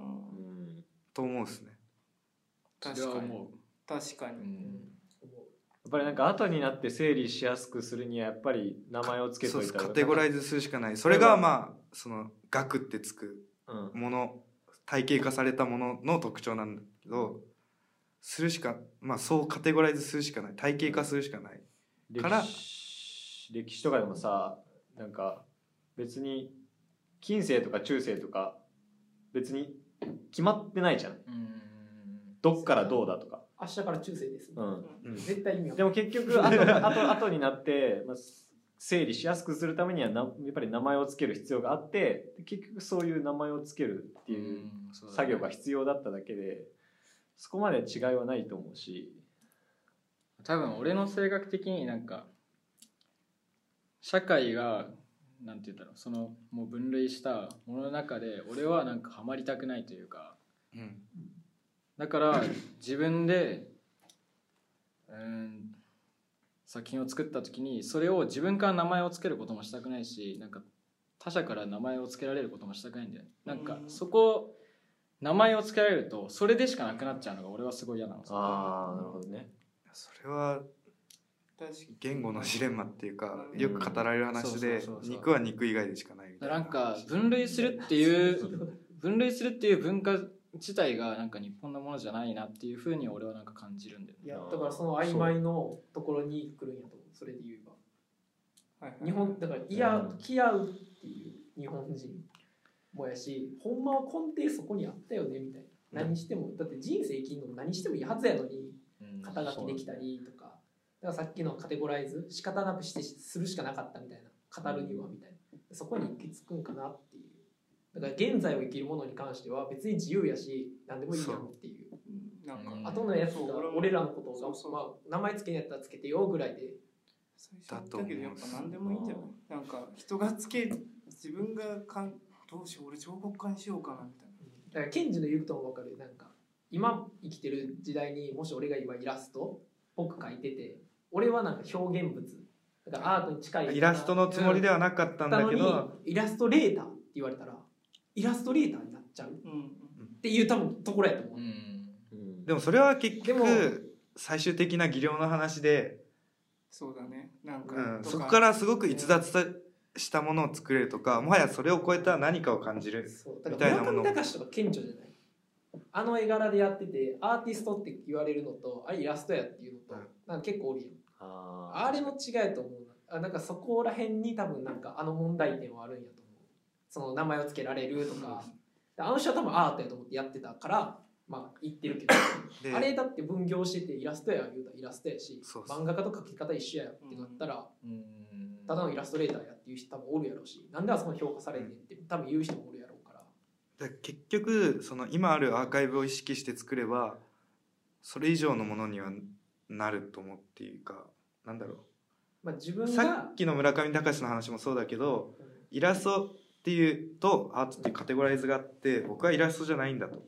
と思うですね。 確かに確かに、うん、 やっぱりなんか後になって整理しやすくするにはやっぱり名前をつけといたらカテゴライズするしかない。それがまあその学ってつくもの、うん、体系化されたものの特徴なんだけど、するしかまあそうカテゴライズするしかない、体系化するしかないから、 歴史、歴史とかでもさなんか別に近世とか中世とか別に決まってないじゃん、うん、どっからどうだとか明日から中世です、 うん、 絶対意味わかんない。でも結局後後後になって、まあ、整理しやすくするためにはなやっぱり名前をつける必要があって、結局そういう名前をつけるっていう作業が必要だっただけで、そこまで違いはないと思うし、 多分俺の性格的になんか社会がなんて言うんだろう、そのもう分類したものの中で俺はなんかハマりたくないというか、うん、 だから自分でうん作品を作った時にそれを自分から名前を付けることもしたくないし、なんか他者から名前を付けられることもしたくないんだよね。なんかそこ名前を付けられるとそれでしかなくなっちゃうのが俺はすごい嫌なの。 ああなるほどね。 それは言語のジレンマっていうか、よく語られる話で、肉は肉以外でしかないみたいな。 なんか分類するっていう分類するっていう文化自体がなんか日本のものじゃないなっていうふうに俺はなんか感じるんだよね。 いやだからその曖昧のところに来るんやと思う。それで言えば、はいはい、日本だからいや気合うっていう日本人もやし、ほんまは根底そこにあったよねみたいな。何してもだって人生生きんのも何してもいいはずやのに、肩書きできたりとか、だからさっきのカテゴライズ仕方なくしてするしかなかったみたいな、語るにはみたいな、そこに行き着くんかなっていう。だから現在を生きるものに関しては別に自由やし何でもいいやんっていう。なんか後のやつが俺らのことをそうそう、まあ、名前つけんやったらつけてよぐらいで。 最初だけどやっぱ何でもいいんじゃない。なんか人がつけ自分がかんどうしよう俺彫刻家にしようかなみたいな。 だからケンジの言うことも分かる。なんか今生きてる時代にもし俺が今イラストっぽく描いてて、俺はなんか表現物だからアートに近いイラストのつもりではなかったんだけど、 イラストレーターって言われたらイラストレーターになっちゃうっていう多分ところやと思う、 うん、でもそれは結局最終的な技量の話で、 そうだね、なんか、 うん、そこからすごく逸脱したものを作れるとか、もはやそれを超えた何かを感じるみたいなもの。 村上隆とか顕著じゃない。あの絵柄でやっててアーティストって言われるのとあれイラストやっていうのと、うん、なんか結構おるやん。あ, あれの違いやと思うな。あなんかそこら辺に多分なんかあの問題点はあるんやと思う。その名前を付けられるとか、あの人は多分アートやと思ってやってたからまあ言ってるけど、あれだって分業しててイラストや言うたらイラストやし、そうそう漫画家と描き方一緒やってなったら、うん、ただのイラストレーターやっていう人多分おるやろうし、なんであそこに評価されんねんって多分言う人もおるやろうから。 だから結局その今あるアーカイブを意識して作ればそれ以上のものにはなると思っていうか、なんだろう、 まあ、自分がさっきの村上隆の話もそうだけど、うん、イラストっていうとアートっていうカテゴライズがあって、僕はイラストじゃないんだと、うん、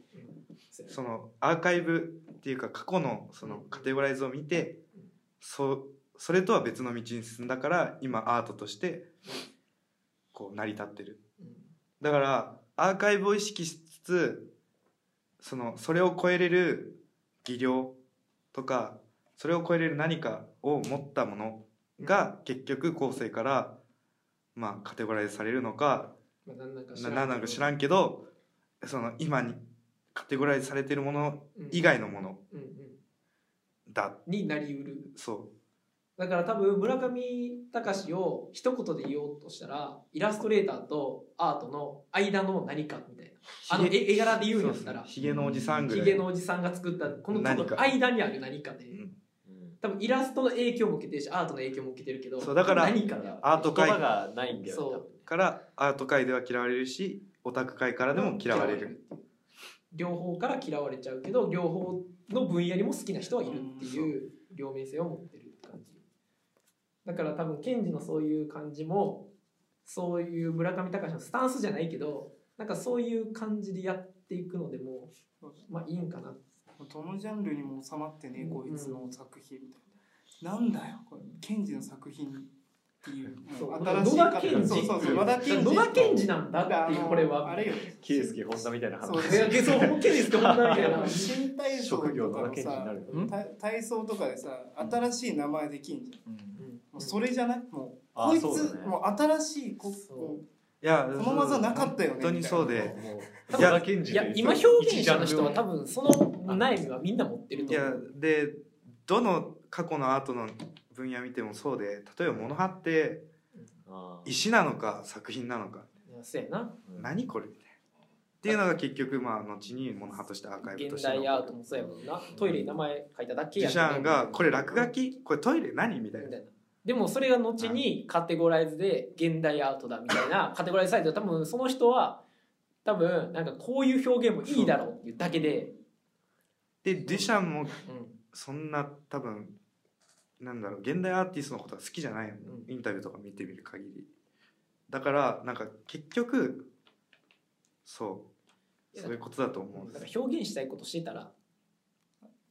そのアーカイブっていうか過去のそのカテゴライズを見て、うん、そ, それとは別の道に進んだから今アートとしてこう成り立ってる。だからアーカイブを意識しつつ、そのそれを超えれる技量とかそれを超えれる何かを持ったものが結局後世からまあカテゴライズされるのか、まあ、何なんか知らんけど、その今にカテゴライズされてるもの以外のものだ、 うんうんうん、になりうる。 そうだから多分村上隆を一言で言おうとしたらイラストレーターとアートの間の何かみたいな、あの絵柄で言うんやったらヒゲのおじさんぐらい、 ヒゲのおじさんが作ったこの多分間にある何かで、うん、多分イラストの影響も受けてるしアートの影響も受けてるけど、 そうだから何かアート界がないんだよ、 そうからアート界では嫌われるしオタク界からでも嫌われる、 両方から嫌われちゃうけど両方の分野にも好きな人はいるっていう両面性を持ってるって感じだから、多分ケンジのそういう感じもそういう村上隆のスタンスじゃないけど、なんかそういう感じでやっていくのでもまあいいんかな。 どのジャンルにも収まってね、こいつの作品みたいな、なんだよこれケンジの作品っていう、 新しい野田ケンジ、そうそうそう野田ケンジ野田ケンジなんだっていう、これはあれよケイスケホンダみたいな話、 そうケイスケホンダみたいな新体操とかのさ体操とかでさ新しい名前できんじゃん、うんもうそれじゃない、もうこいつ、ね、もう新しいこいやこの技なかったよね、 本当にそうで、 いやいや今表現者の人は多分その悩みはみんな持ってると思う。 いやでどの過去のアートの分野見てもそうで、例えばモノハって石なのか作品なのか、 いやそうやな、 何これみたいなっていうのが結局まあ後にモノハとしてアーカイブとして現代アートもそうやもんな、トイレに名前書いただけやデュシャンがこれ落書き、これトイレ何みたいな、 でもそれが後にカテゴライズで現代アートだみたいなカテゴライズされて、多分その人は多分なんかこういう表現もいいだろうっていうだけで、 でデュシャンもそんな多分なんだろう現代アーティストのことが好きじゃないよ、うん、インタビューとか見てみる限りだからなんか結局そうそういうことだと思う。 だから表現したいことしてたら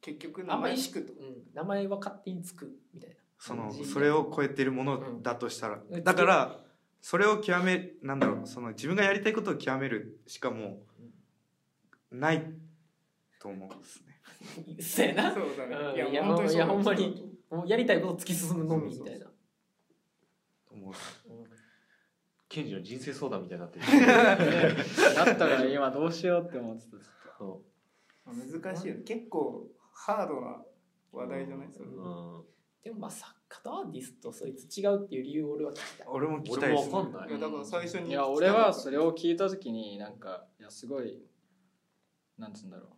結局名前つくと、 うん、名前は勝手につくみたいな。 そのうんそれを超えてるものだとしたら、 うんだからそれを極めなんだろうその自分がやりたいことを極めるしかもうないと思うんですね。 そうやな。 そうだね、 うん、いや本当にそうだいやほんまにもうやりたいことを突き進むのみみたいな。 と思う。 ケンジの人生相談みたいになってるだったら今どうしようって思ってた。ずっとそ難しいよね。結構ハードな話題じゃないですか、 う、うん、 でもまあ作家とアーティストそいつ違うっていう理由を俺は聞きたい。 俺も聞きた俺もいです、ね。 わかんないいやだから最初にいや俺はそれを聞いた時になんかいやすごいなんつうんだろう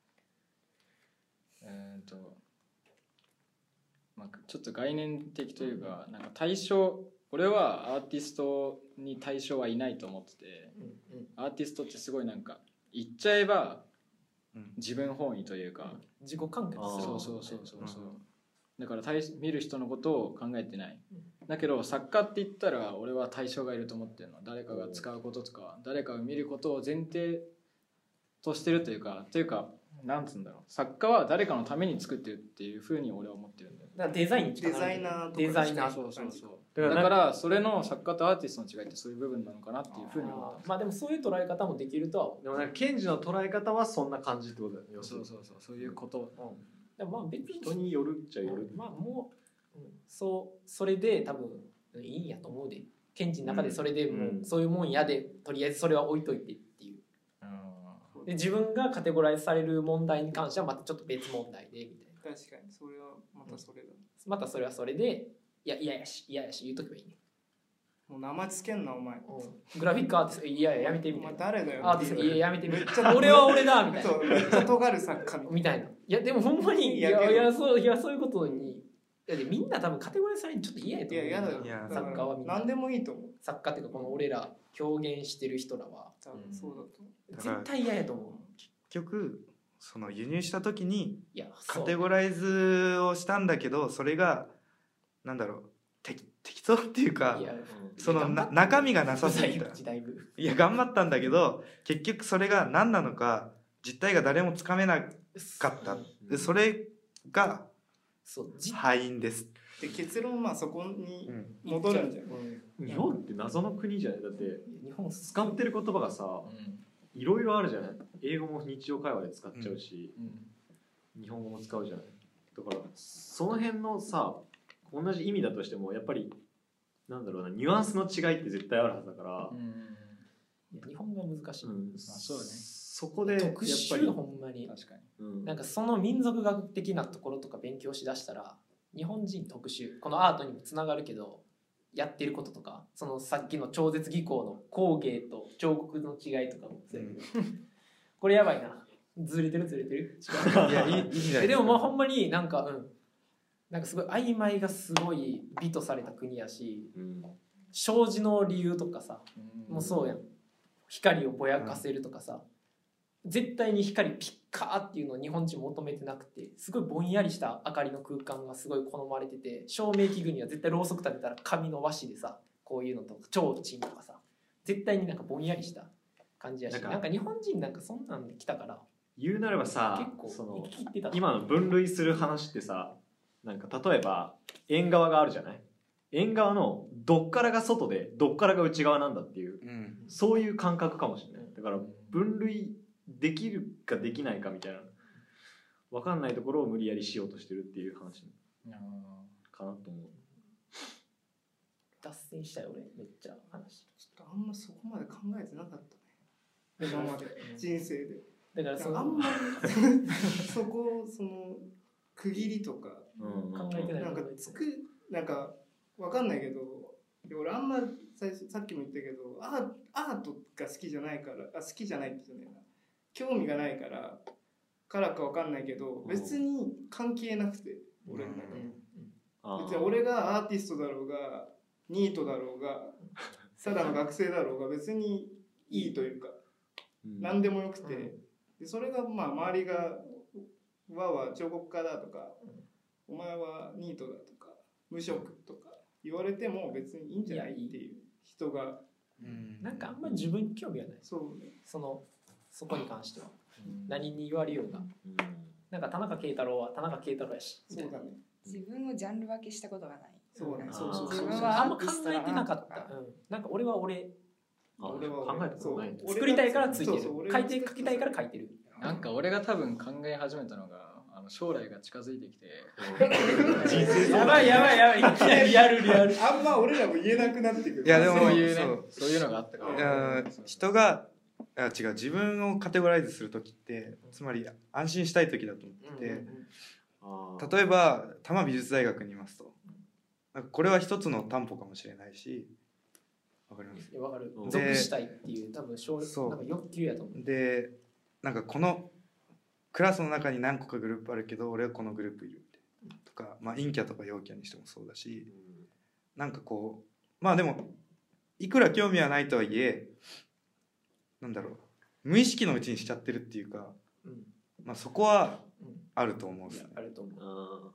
えっ、ー、とまあちょっと概念的というかなんか対象俺はアーティストに対象はいないと思ってて、 うんうん、 アーティストってすごいなんか言っちゃえばうん自分本位というか、 自己完結する。 そうそうそうそうそう、 うんだから対見る人のことを考えてない、 うんだけど作家って言ったら俺は対象がいると思ってるの。誰かが使うこととか誰かが見ることを前提としてるというかというかなんつうんだろう作家は誰かのために作ってるっていうふうに俺は思ってるんだよ。 だからデザインに近デザイナーとかデザイナーそうそうそうだからだからそれの作家とアーティストの違いってそういう部分なのかなっていうふうに思った。 まあでもそういう捉え方もできるとは思う。 でもなんかケンジの捉え方はそんな感じってことだよね。要するにそうそうそうそういうこと。 でもまあ別に人によるっちゃよる。 まあもう、うん、そうそれで多分いいんやと思うで。ケンジの中でそれでもう、 うんそういうもんやでとりあえずそれは置いといてっていう。で自分がカテゴライズされる問題に関してはまたちょっと別問題でみたいな。 確かにそれはまたそれだ、 またそれはそれでいや嫌やし嫌やし言うとけばいいね。 もう名前つけんなお前、 うん、グラフィックアーティストいやいややめてみお前たいな。 誰だよアーティストいややめてみたいめっちゃな。俺は俺だみたいな。 そうめっちゃ尖る作家みたいみたいな。いやでもほんまにいやいやけどいやそういやそういうことにいやでみんな多分カテゴライズされるのちょっと嫌やと思う。 いや嫌だよいやだから作家はみんな何でもいいと思う作家っていうかこの俺ら表現してる人らは多分そうだと思う、 絶対嫌やと思う。 結局その輸入した時にいやカテゴライズをしたんだけどそれがなんだろう適適当っていうかいやそのな中身がなさすぎた。 だいぶいや頑張ったんだけど結局それが何なのか実態が誰もつかめなかったでそれがそうじ敗因です。 で結論まあそこにうん戻るんじゃない、 うん日本って謎の国じゃない。だって日本使ってる言葉がさうんいろいろあるじゃない。英語も日常会話で使っちゃうし、 うん日本語も使うじゃない。だからその辺のさ同じ意味だとしてもやっぱりなんだろうなニュアンスの違いって絶対あるはずだから、 うんいや日本語は難しい、 うんそうねそこでやっ特ぱり殊ほんまに確かにうんなんかその民族学的なところとか勉強しだしたら日本人特殊このアートにもつながるけどやってることとかそのさっきの超絶技巧の工芸と彫刻の違いとかもそうやけどこれやばいなずれてるずれてる違ういやいいいいじゃないえでもまあかほんまになんかうんなんかすごい曖昧がすごい美とされた国やしうん生じの理由とかさうんもうそうやん光をぼやかせるとかさ、絶対に光ピッカーっていうのを日本人求めてなくてすごいぼんやりした明かりの空間がすごい好まれてて照明器具には絶対ろうそく立てたら紙の和紙でさこういうのとか提灯とかさ絶対になんかぼんやりした感じやしなんかなんか日本人なんかそんなんで来たから言うなればさ結構その生き切ってた今の分類する話ってさなんか例えば縁側があるじゃない。縁側のどっからが外でどっからが内側なんだっていううんそういう感覚かもしれない。だから分類できるかできないかみたいな分かんないところを無理やりしようとしてるっていう話かなと思う。 脱線したよ俺めっちゃ話ちょっとあんまそこまで考えてなかったね今まで人生でだからそのあんまりそこその区切りとかうん考えてないなんかつくなんかわかんないけど俺あんま最初さっきも言ったけどアーアートが好きじゃないからあ好きじゃないって言うねんな興味がないからからかわかんないけど別に関係なくて俺の中であー別に俺がアーティストだろうがニートだろうがただの学生だろうが別にいいというかうん何でもよくてでそれがまあ周りがわは彫刻家だとかお前はニートだとか無職とか言われても別にいいんじゃないっていう人がうんなんかあんまり自分に興味がないそうねそのそこに関しては何に言われようがうんなんか田中圭太郎は田中圭太郎やしみたいな。 そうだね。 自分をジャンル分けしたことがない。 そうだね。 あーそうそうそう。 自分はあんま考えてなかった。うん、なんか俺は俺あ俺は考えたことないんだそう作りたいからついてるそうそう俺書いて書きたいから書いてる。 なんか俺が多分考え始めたのがあの将来が近づいてきて人生やばいやばいやばい、いきなりリアルリアル。 あんま俺らも言えなくなってくる。 いやでもそういうねそうそういうのがあったかいらや人があ違う自分をカテゴライズする時ってつまり安心したい時だと思ってて、 あー例えば多摩美術大学にいますとなんかこれは一つの担保かもしれないしわかりますいやわかる。 うん属したいっていう多分将そうなんか欲求やと思う。 でなんかこのクラスの中に何個かグループあるけど俺はこのグループいるみたいなとか、まあ、陰キャとか陽キャにしてもそうだしなんかこうまあでもいくら興味はないとはいえなんだろう無意識のうちにしちゃってるっていうか、 うんまあ、そこはうんあると思うんでいやすね。 あると思う。 あ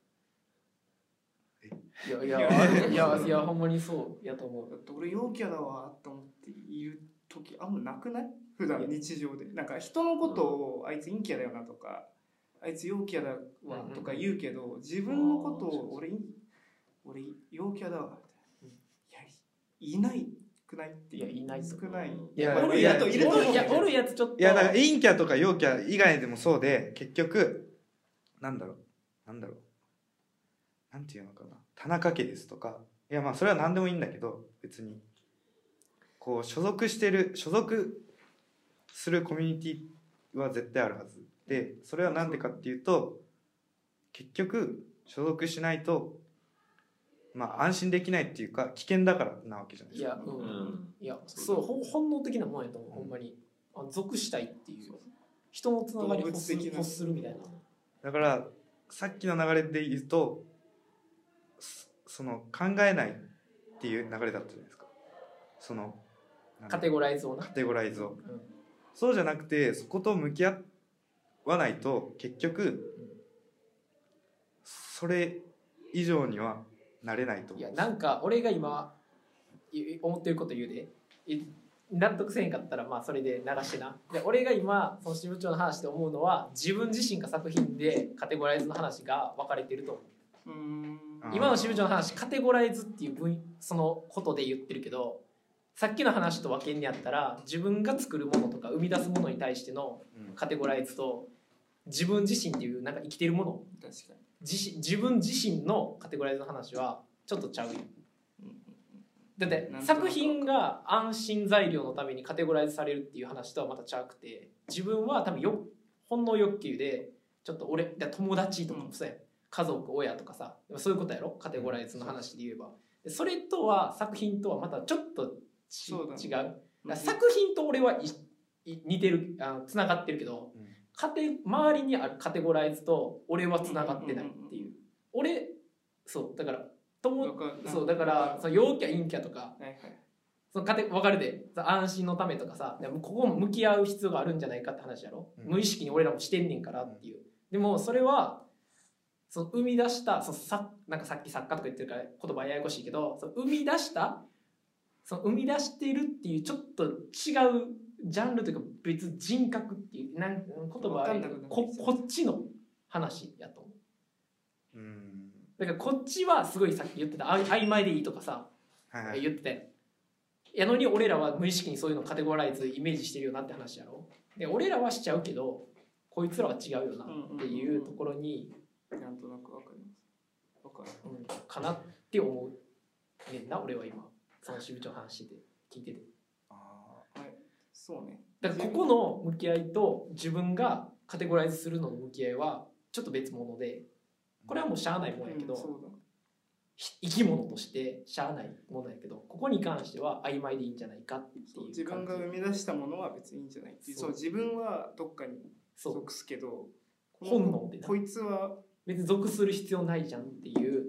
いやいやあるいやいやほんまにそうやと思う。 だって俺陽キャだわと思っている時あんまなくない？普段日常でなんか人のことをあいつ陰キャだよなとかあいつ陽キャだわとか言うけど自分のことを俺俺陽キャだわみたいな、いやいないくないっていやいない少ない。 いやおるおるやつやといると思ういやおるやつちょっと。 いやだから陰キャとか陽キャ以外でもそうで結局なんだろうなんだろうなんていうのかな田中家ですとかいやまあそれは何でもいいんだけど別にこう所属してる所属するコミュニティは絶対あるはずでそれは何でかっていうと結局所属しないとまあ安心できないっていうか危険だからなわけじゃないですか。 いや、うんうんいやそうほ本能的なもんやと思う、ほんまにあ属したいっていう人のつながり欲す動物的な欲するみたいな。 だからさっきの流れで言うとそその考えないっていう流れだったじゃないですかそのなんだカテゴライズをなカ。テゴライズをうんそうじゃなくてそこと向き合わないと結局それ以上にはなれないと思ういやなんか俺が今い思ってること言うでい納得せんかったらまあそれで流してな。で俺が今その支部長の話で思うのは自分自身が作品でカテゴライズの話が分かれてると思う。 うーんあー今の支部長の話カテゴライズっていう分そのことで言ってるけどさっきの話と分けんにあったら自分が作るものとか生み出すものに対してのうんカテゴライズと自分自身っていうなんか生きてるもの確かに。 自身自分自身のカテゴライズの話はちょっとちゃうよ。だってなんとなく作品が安心材料のためにカテゴライズされるっていう話とはまたちゃうくて自分は多分よ本能欲求でちょっと俺だ友達とかもそうやん、家族親とかさそういうことやろカテゴライズの話で言えばでそれとは作品とはまたちょっとちそうだね違うだから作品と俺はいい似てるあつながってるけど、 うんカテ周りにあるカテゴライズと俺はつながってないっていう俺そうだから友わかるそうだからその陽キャ陰キャとかはいはい。 そのカテ分かるで安心のためとかさでもここも向き合う必要があるんじゃないかって話やろ、 うん無意識に俺らもしてんねんからっていうでもそれはその生み出したそのさなんかさっき作家とか言ってるから言葉ややこしいけどその生み出したその生み出してるっていうちょっと違うジャンルというか別人格っていうなん言葉はわかんなくなってきこたこっちの話やと思ううんだからこっちはすごいさっき言ってたあ曖昧でいいとかさはいはい言ってたよやのに俺らは無意識にそういうのカテゴライズイメージしてるよなって話やろで俺らはしちゃうけどこいつらは違うよなっていうところに、 なんとなくわかります。わかる。 うん、かなって思うねんな俺は今その支部長の話してて聞いててあそうね。 だからここの向き合いと自分がカテゴライズするのの向き合いはちょっと別物でこれはもうしゃあないもんやけど、 うんそうだ。 ひ生き物としてしゃあないものやけどここに関しては曖昧でいいんじゃないかっていうそう自分が生み出したものは別にいいんじゃないっていうそそうう自分はどっかにそう属すけどこの本能でなこいつは別に属する必要ないじゃんっていう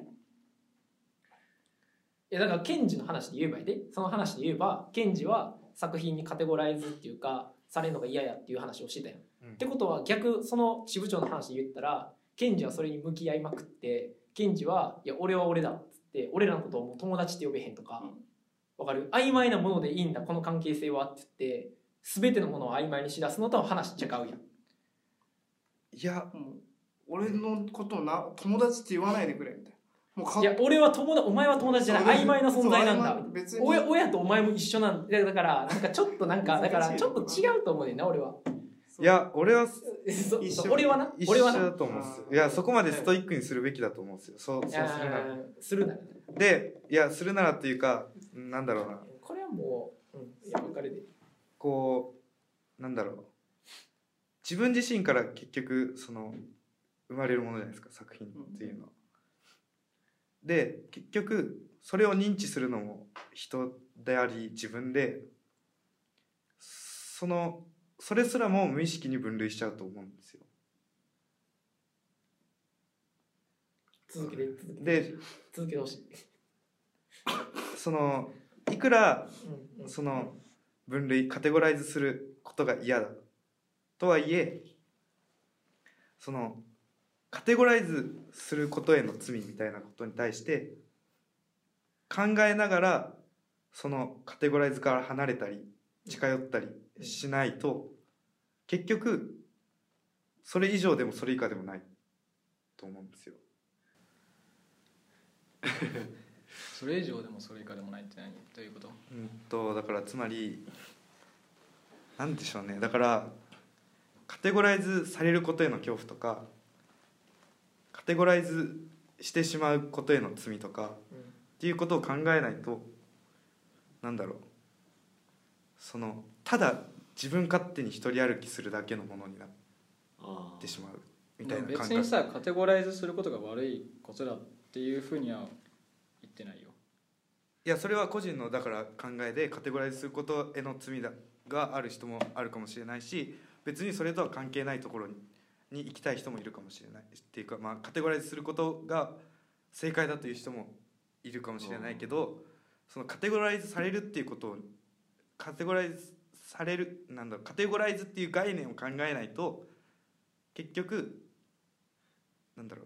いやだからケンジの話で言えばいいでその話で言えばケンジは作品にカテゴライズっていうかされるのが嫌やっていう話をしてたよ、 うんってことは逆その支部長の話で言ったらケンジはそれに向き合いまくってケンジはいや俺は俺だっつって俺らのことをもう友達って呼べへんとか、わかる曖昧なものでいいんだこの関係性はって言って全てのものを曖昧にしだすのとは話しちゃうやんいやもう俺のことをな友達って言わないでくれみたいな。もうかいや俺は友達お前は友達じゃない曖昧な存在なんだ。 そう別に親親とお前も一緒なんだ。だからなんかちょっとなんかだからちょっと違うと思うねんな俺は。 いや俺はそ一緒俺はな一緒俺はなだと思うんですよ。いやそこまでストイックにするべきだと思うんですよ。そうそうするなら。 するならでいやするならっていうかなんだろうな。 これはもう、うん、いや分かるで。 こうなんだろう。自分自身から結局その生まれるものじゃないですか作品っていうのは。で結局それを認知するのも人であり自分でそのそれすらも無意識に分類しちゃうと思うんですよ。 続けて続けてで続けてほしい。 そのいくらうんうんその分類カテゴライズすることが嫌だとはいえそのカテゴライズすることへの罪みたいなことに対して考えながらそのカテゴライズから離れたり近寄ったりしないと結局それ以上でもそれ以下でもないと思うんですよ。 それ以上でもそれ以下でもないって何どういうこと？ うんとだからつまりなんでしょうね。だからカテゴライズされることへの恐怖とかカテゴライズしてしまうことへの罪とか、うん、っていうことを考えないとなんだろうそのただ自分勝手に一人歩きするだけのものになってしまうみたいな感覚。 別にさカテゴライズすることが悪いことだっていうふうには言ってないよ。 いやそれは個人のだから考えでカテゴライズすることへの罪だがある人もあるかもしれないし別にそれとは関係ないところにに行きたい人もいるかもしれないっていうか、まあ、カテゴライズすることが正解だという人もいるかもしれないけどそのカテゴライズされるっていうことをカテゴライズされるなんだろうカテゴライズっていう概念を考えないと結局なんだろ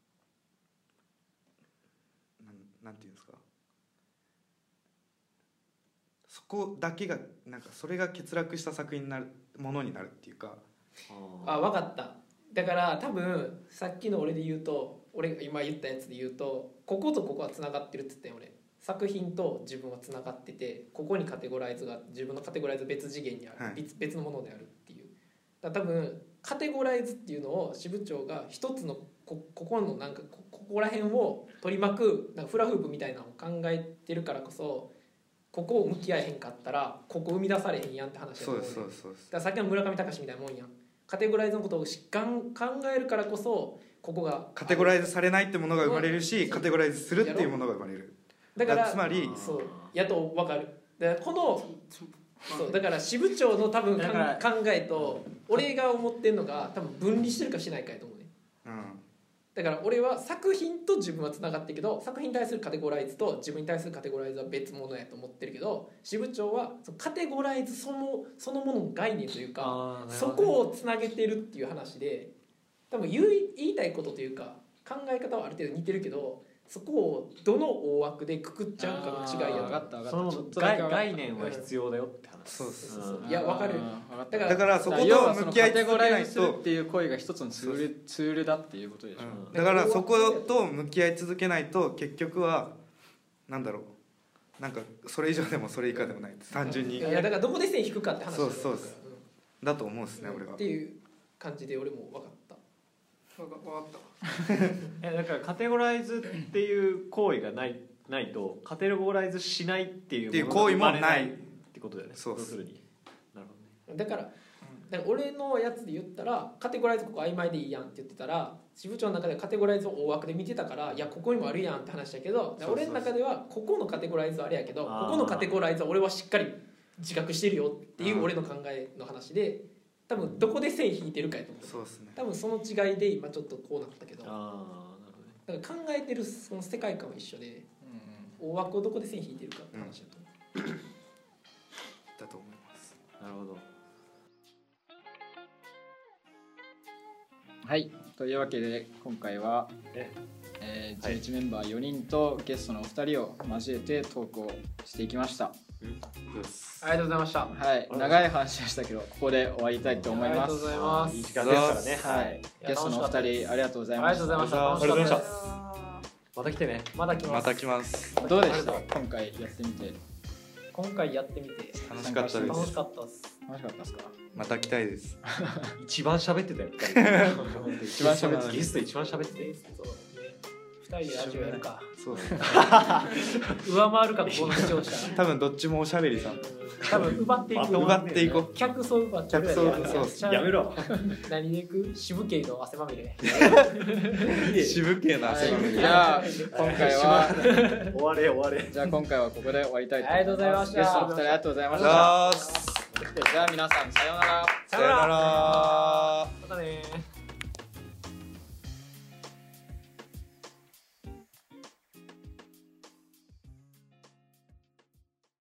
う なん, なんていうんですかそこだけがなんかそれが欠落した作品になるものになるっていうか。 あ分かった。だから多分さっきの俺で言うと俺が今言ったやつで言うとこことここはつながってるって言ったよ俺。作品と自分はつながっててここにカテゴライズが自分のカテゴライズ別次元にある、はい、別, 別のものであるっていう。だから多分カテゴライズっていうのを支部長が一つの こ, ここのなんか こ, ここら辺を取り巻くなんかフラフープみたいなのを考えてるからこそここを向き合えへんかったらここ生み出されへんやんって話だと思うね。 そうそうそうそう。 だからさっきの村上隆みたいなもんやん。カテゴライズのことをしっかん考えるからこそここがカテゴライズされないってものが生まれるしカテゴライズするっていうものが生まれる。 だからつまりそうやっと分かる。だからこのそうだから支部長の多分考えと俺が思ってんのが多分分離してるかしないかやと思うね、うん、だから俺は作品と自分はつながってるけど作品に対するカテゴライズと自分に対するカテゴライズは別物やと思ってるけど支部長はそのカテゴライズそのそのものの概念というか、ね、そこをつなげてるっていう話で多分言い、言いたいことというか考え方はある程度似てるけどそこをどの大枠でくくっちゃうかの違いやと。 分かった分かった。 その概, 概念は必要だよって話。 そうそうそう。いや分かる。 だからだからそこと向き合い続けないと。カテゴライズするっていう行為が一つのツールツールだっていうことでしょ。 うん、だからそこと向き合い続けないと結局はなんだろうなんかそれ以上でもそれ以下でもない単純に。 いやだからどこで線引くかって話だ。 そうそうです。うん、だと思うんですね俺は。 っていう感じで俺も分かった。 分かっただからカテゴライズっていう行為がないないとカテゴライズしないっていう行為もないってことだよね。 そうするになるほど、 ね、だから、だから俺のやつで言ったらカテゴライズここ曖昧でいいやんって言ってたら支部長の中でカテゴライズを大枠で見てたからいやここにもあるやんって話だけど俺の中ではここのカテゴライズはあれやけどここのカテゴライズは俺はしっかり自覚してるよっていう俺の考えの話で多分どこで線引いてるかやと思う。 そうですね。 多分その違いで今ちょっとこうなったけど。 ああなるほどね。 だから考えてるその世界観は一緒で、うんうん、大枠をどこで線引いてるかって話だと思う。うん、 だと思います。 なるほど。 はいというわけで今回はえー、じゅういちメンバーよにんとゲストのお二人を交えてトークをしていきました。 ありがとうございました。 はい、長い話でしたけどここで終わりたいと思います。 ありがとうございます。 いい時間ですからね。 はい、ゲストのお二人ありがとうございあました。 りがとうございました。 あ楽しかったですありがとうございまた来てね。 また来ます。 また来ます。 どうでした今回やってみて。 今回やってみて楽しかったで楽しす。 かったです。 楽しかったですか？ また来たいです。 一番喋ってたよ。 一番喋ってたゲスト一番喋ってて。 そうね。二人でラジオやるか。 そうですね。 上回るかここの視聴者。 多分どっちもおしゃべりさん。 多分奪っていく。 奪っていこう。 客層奪っちゃう。 客層そうやめろ。 何でいく？渋系の汗まみれ。 渋系な汗まみれ。 じゃあ今回は終われ終われ。 じゃあ今回はここで終わりたいと思います。 ありがとうございましたゲストの二人ありがとうございました。 じゃあじゃあ皆さんさようなら。 さよなら。 またねー。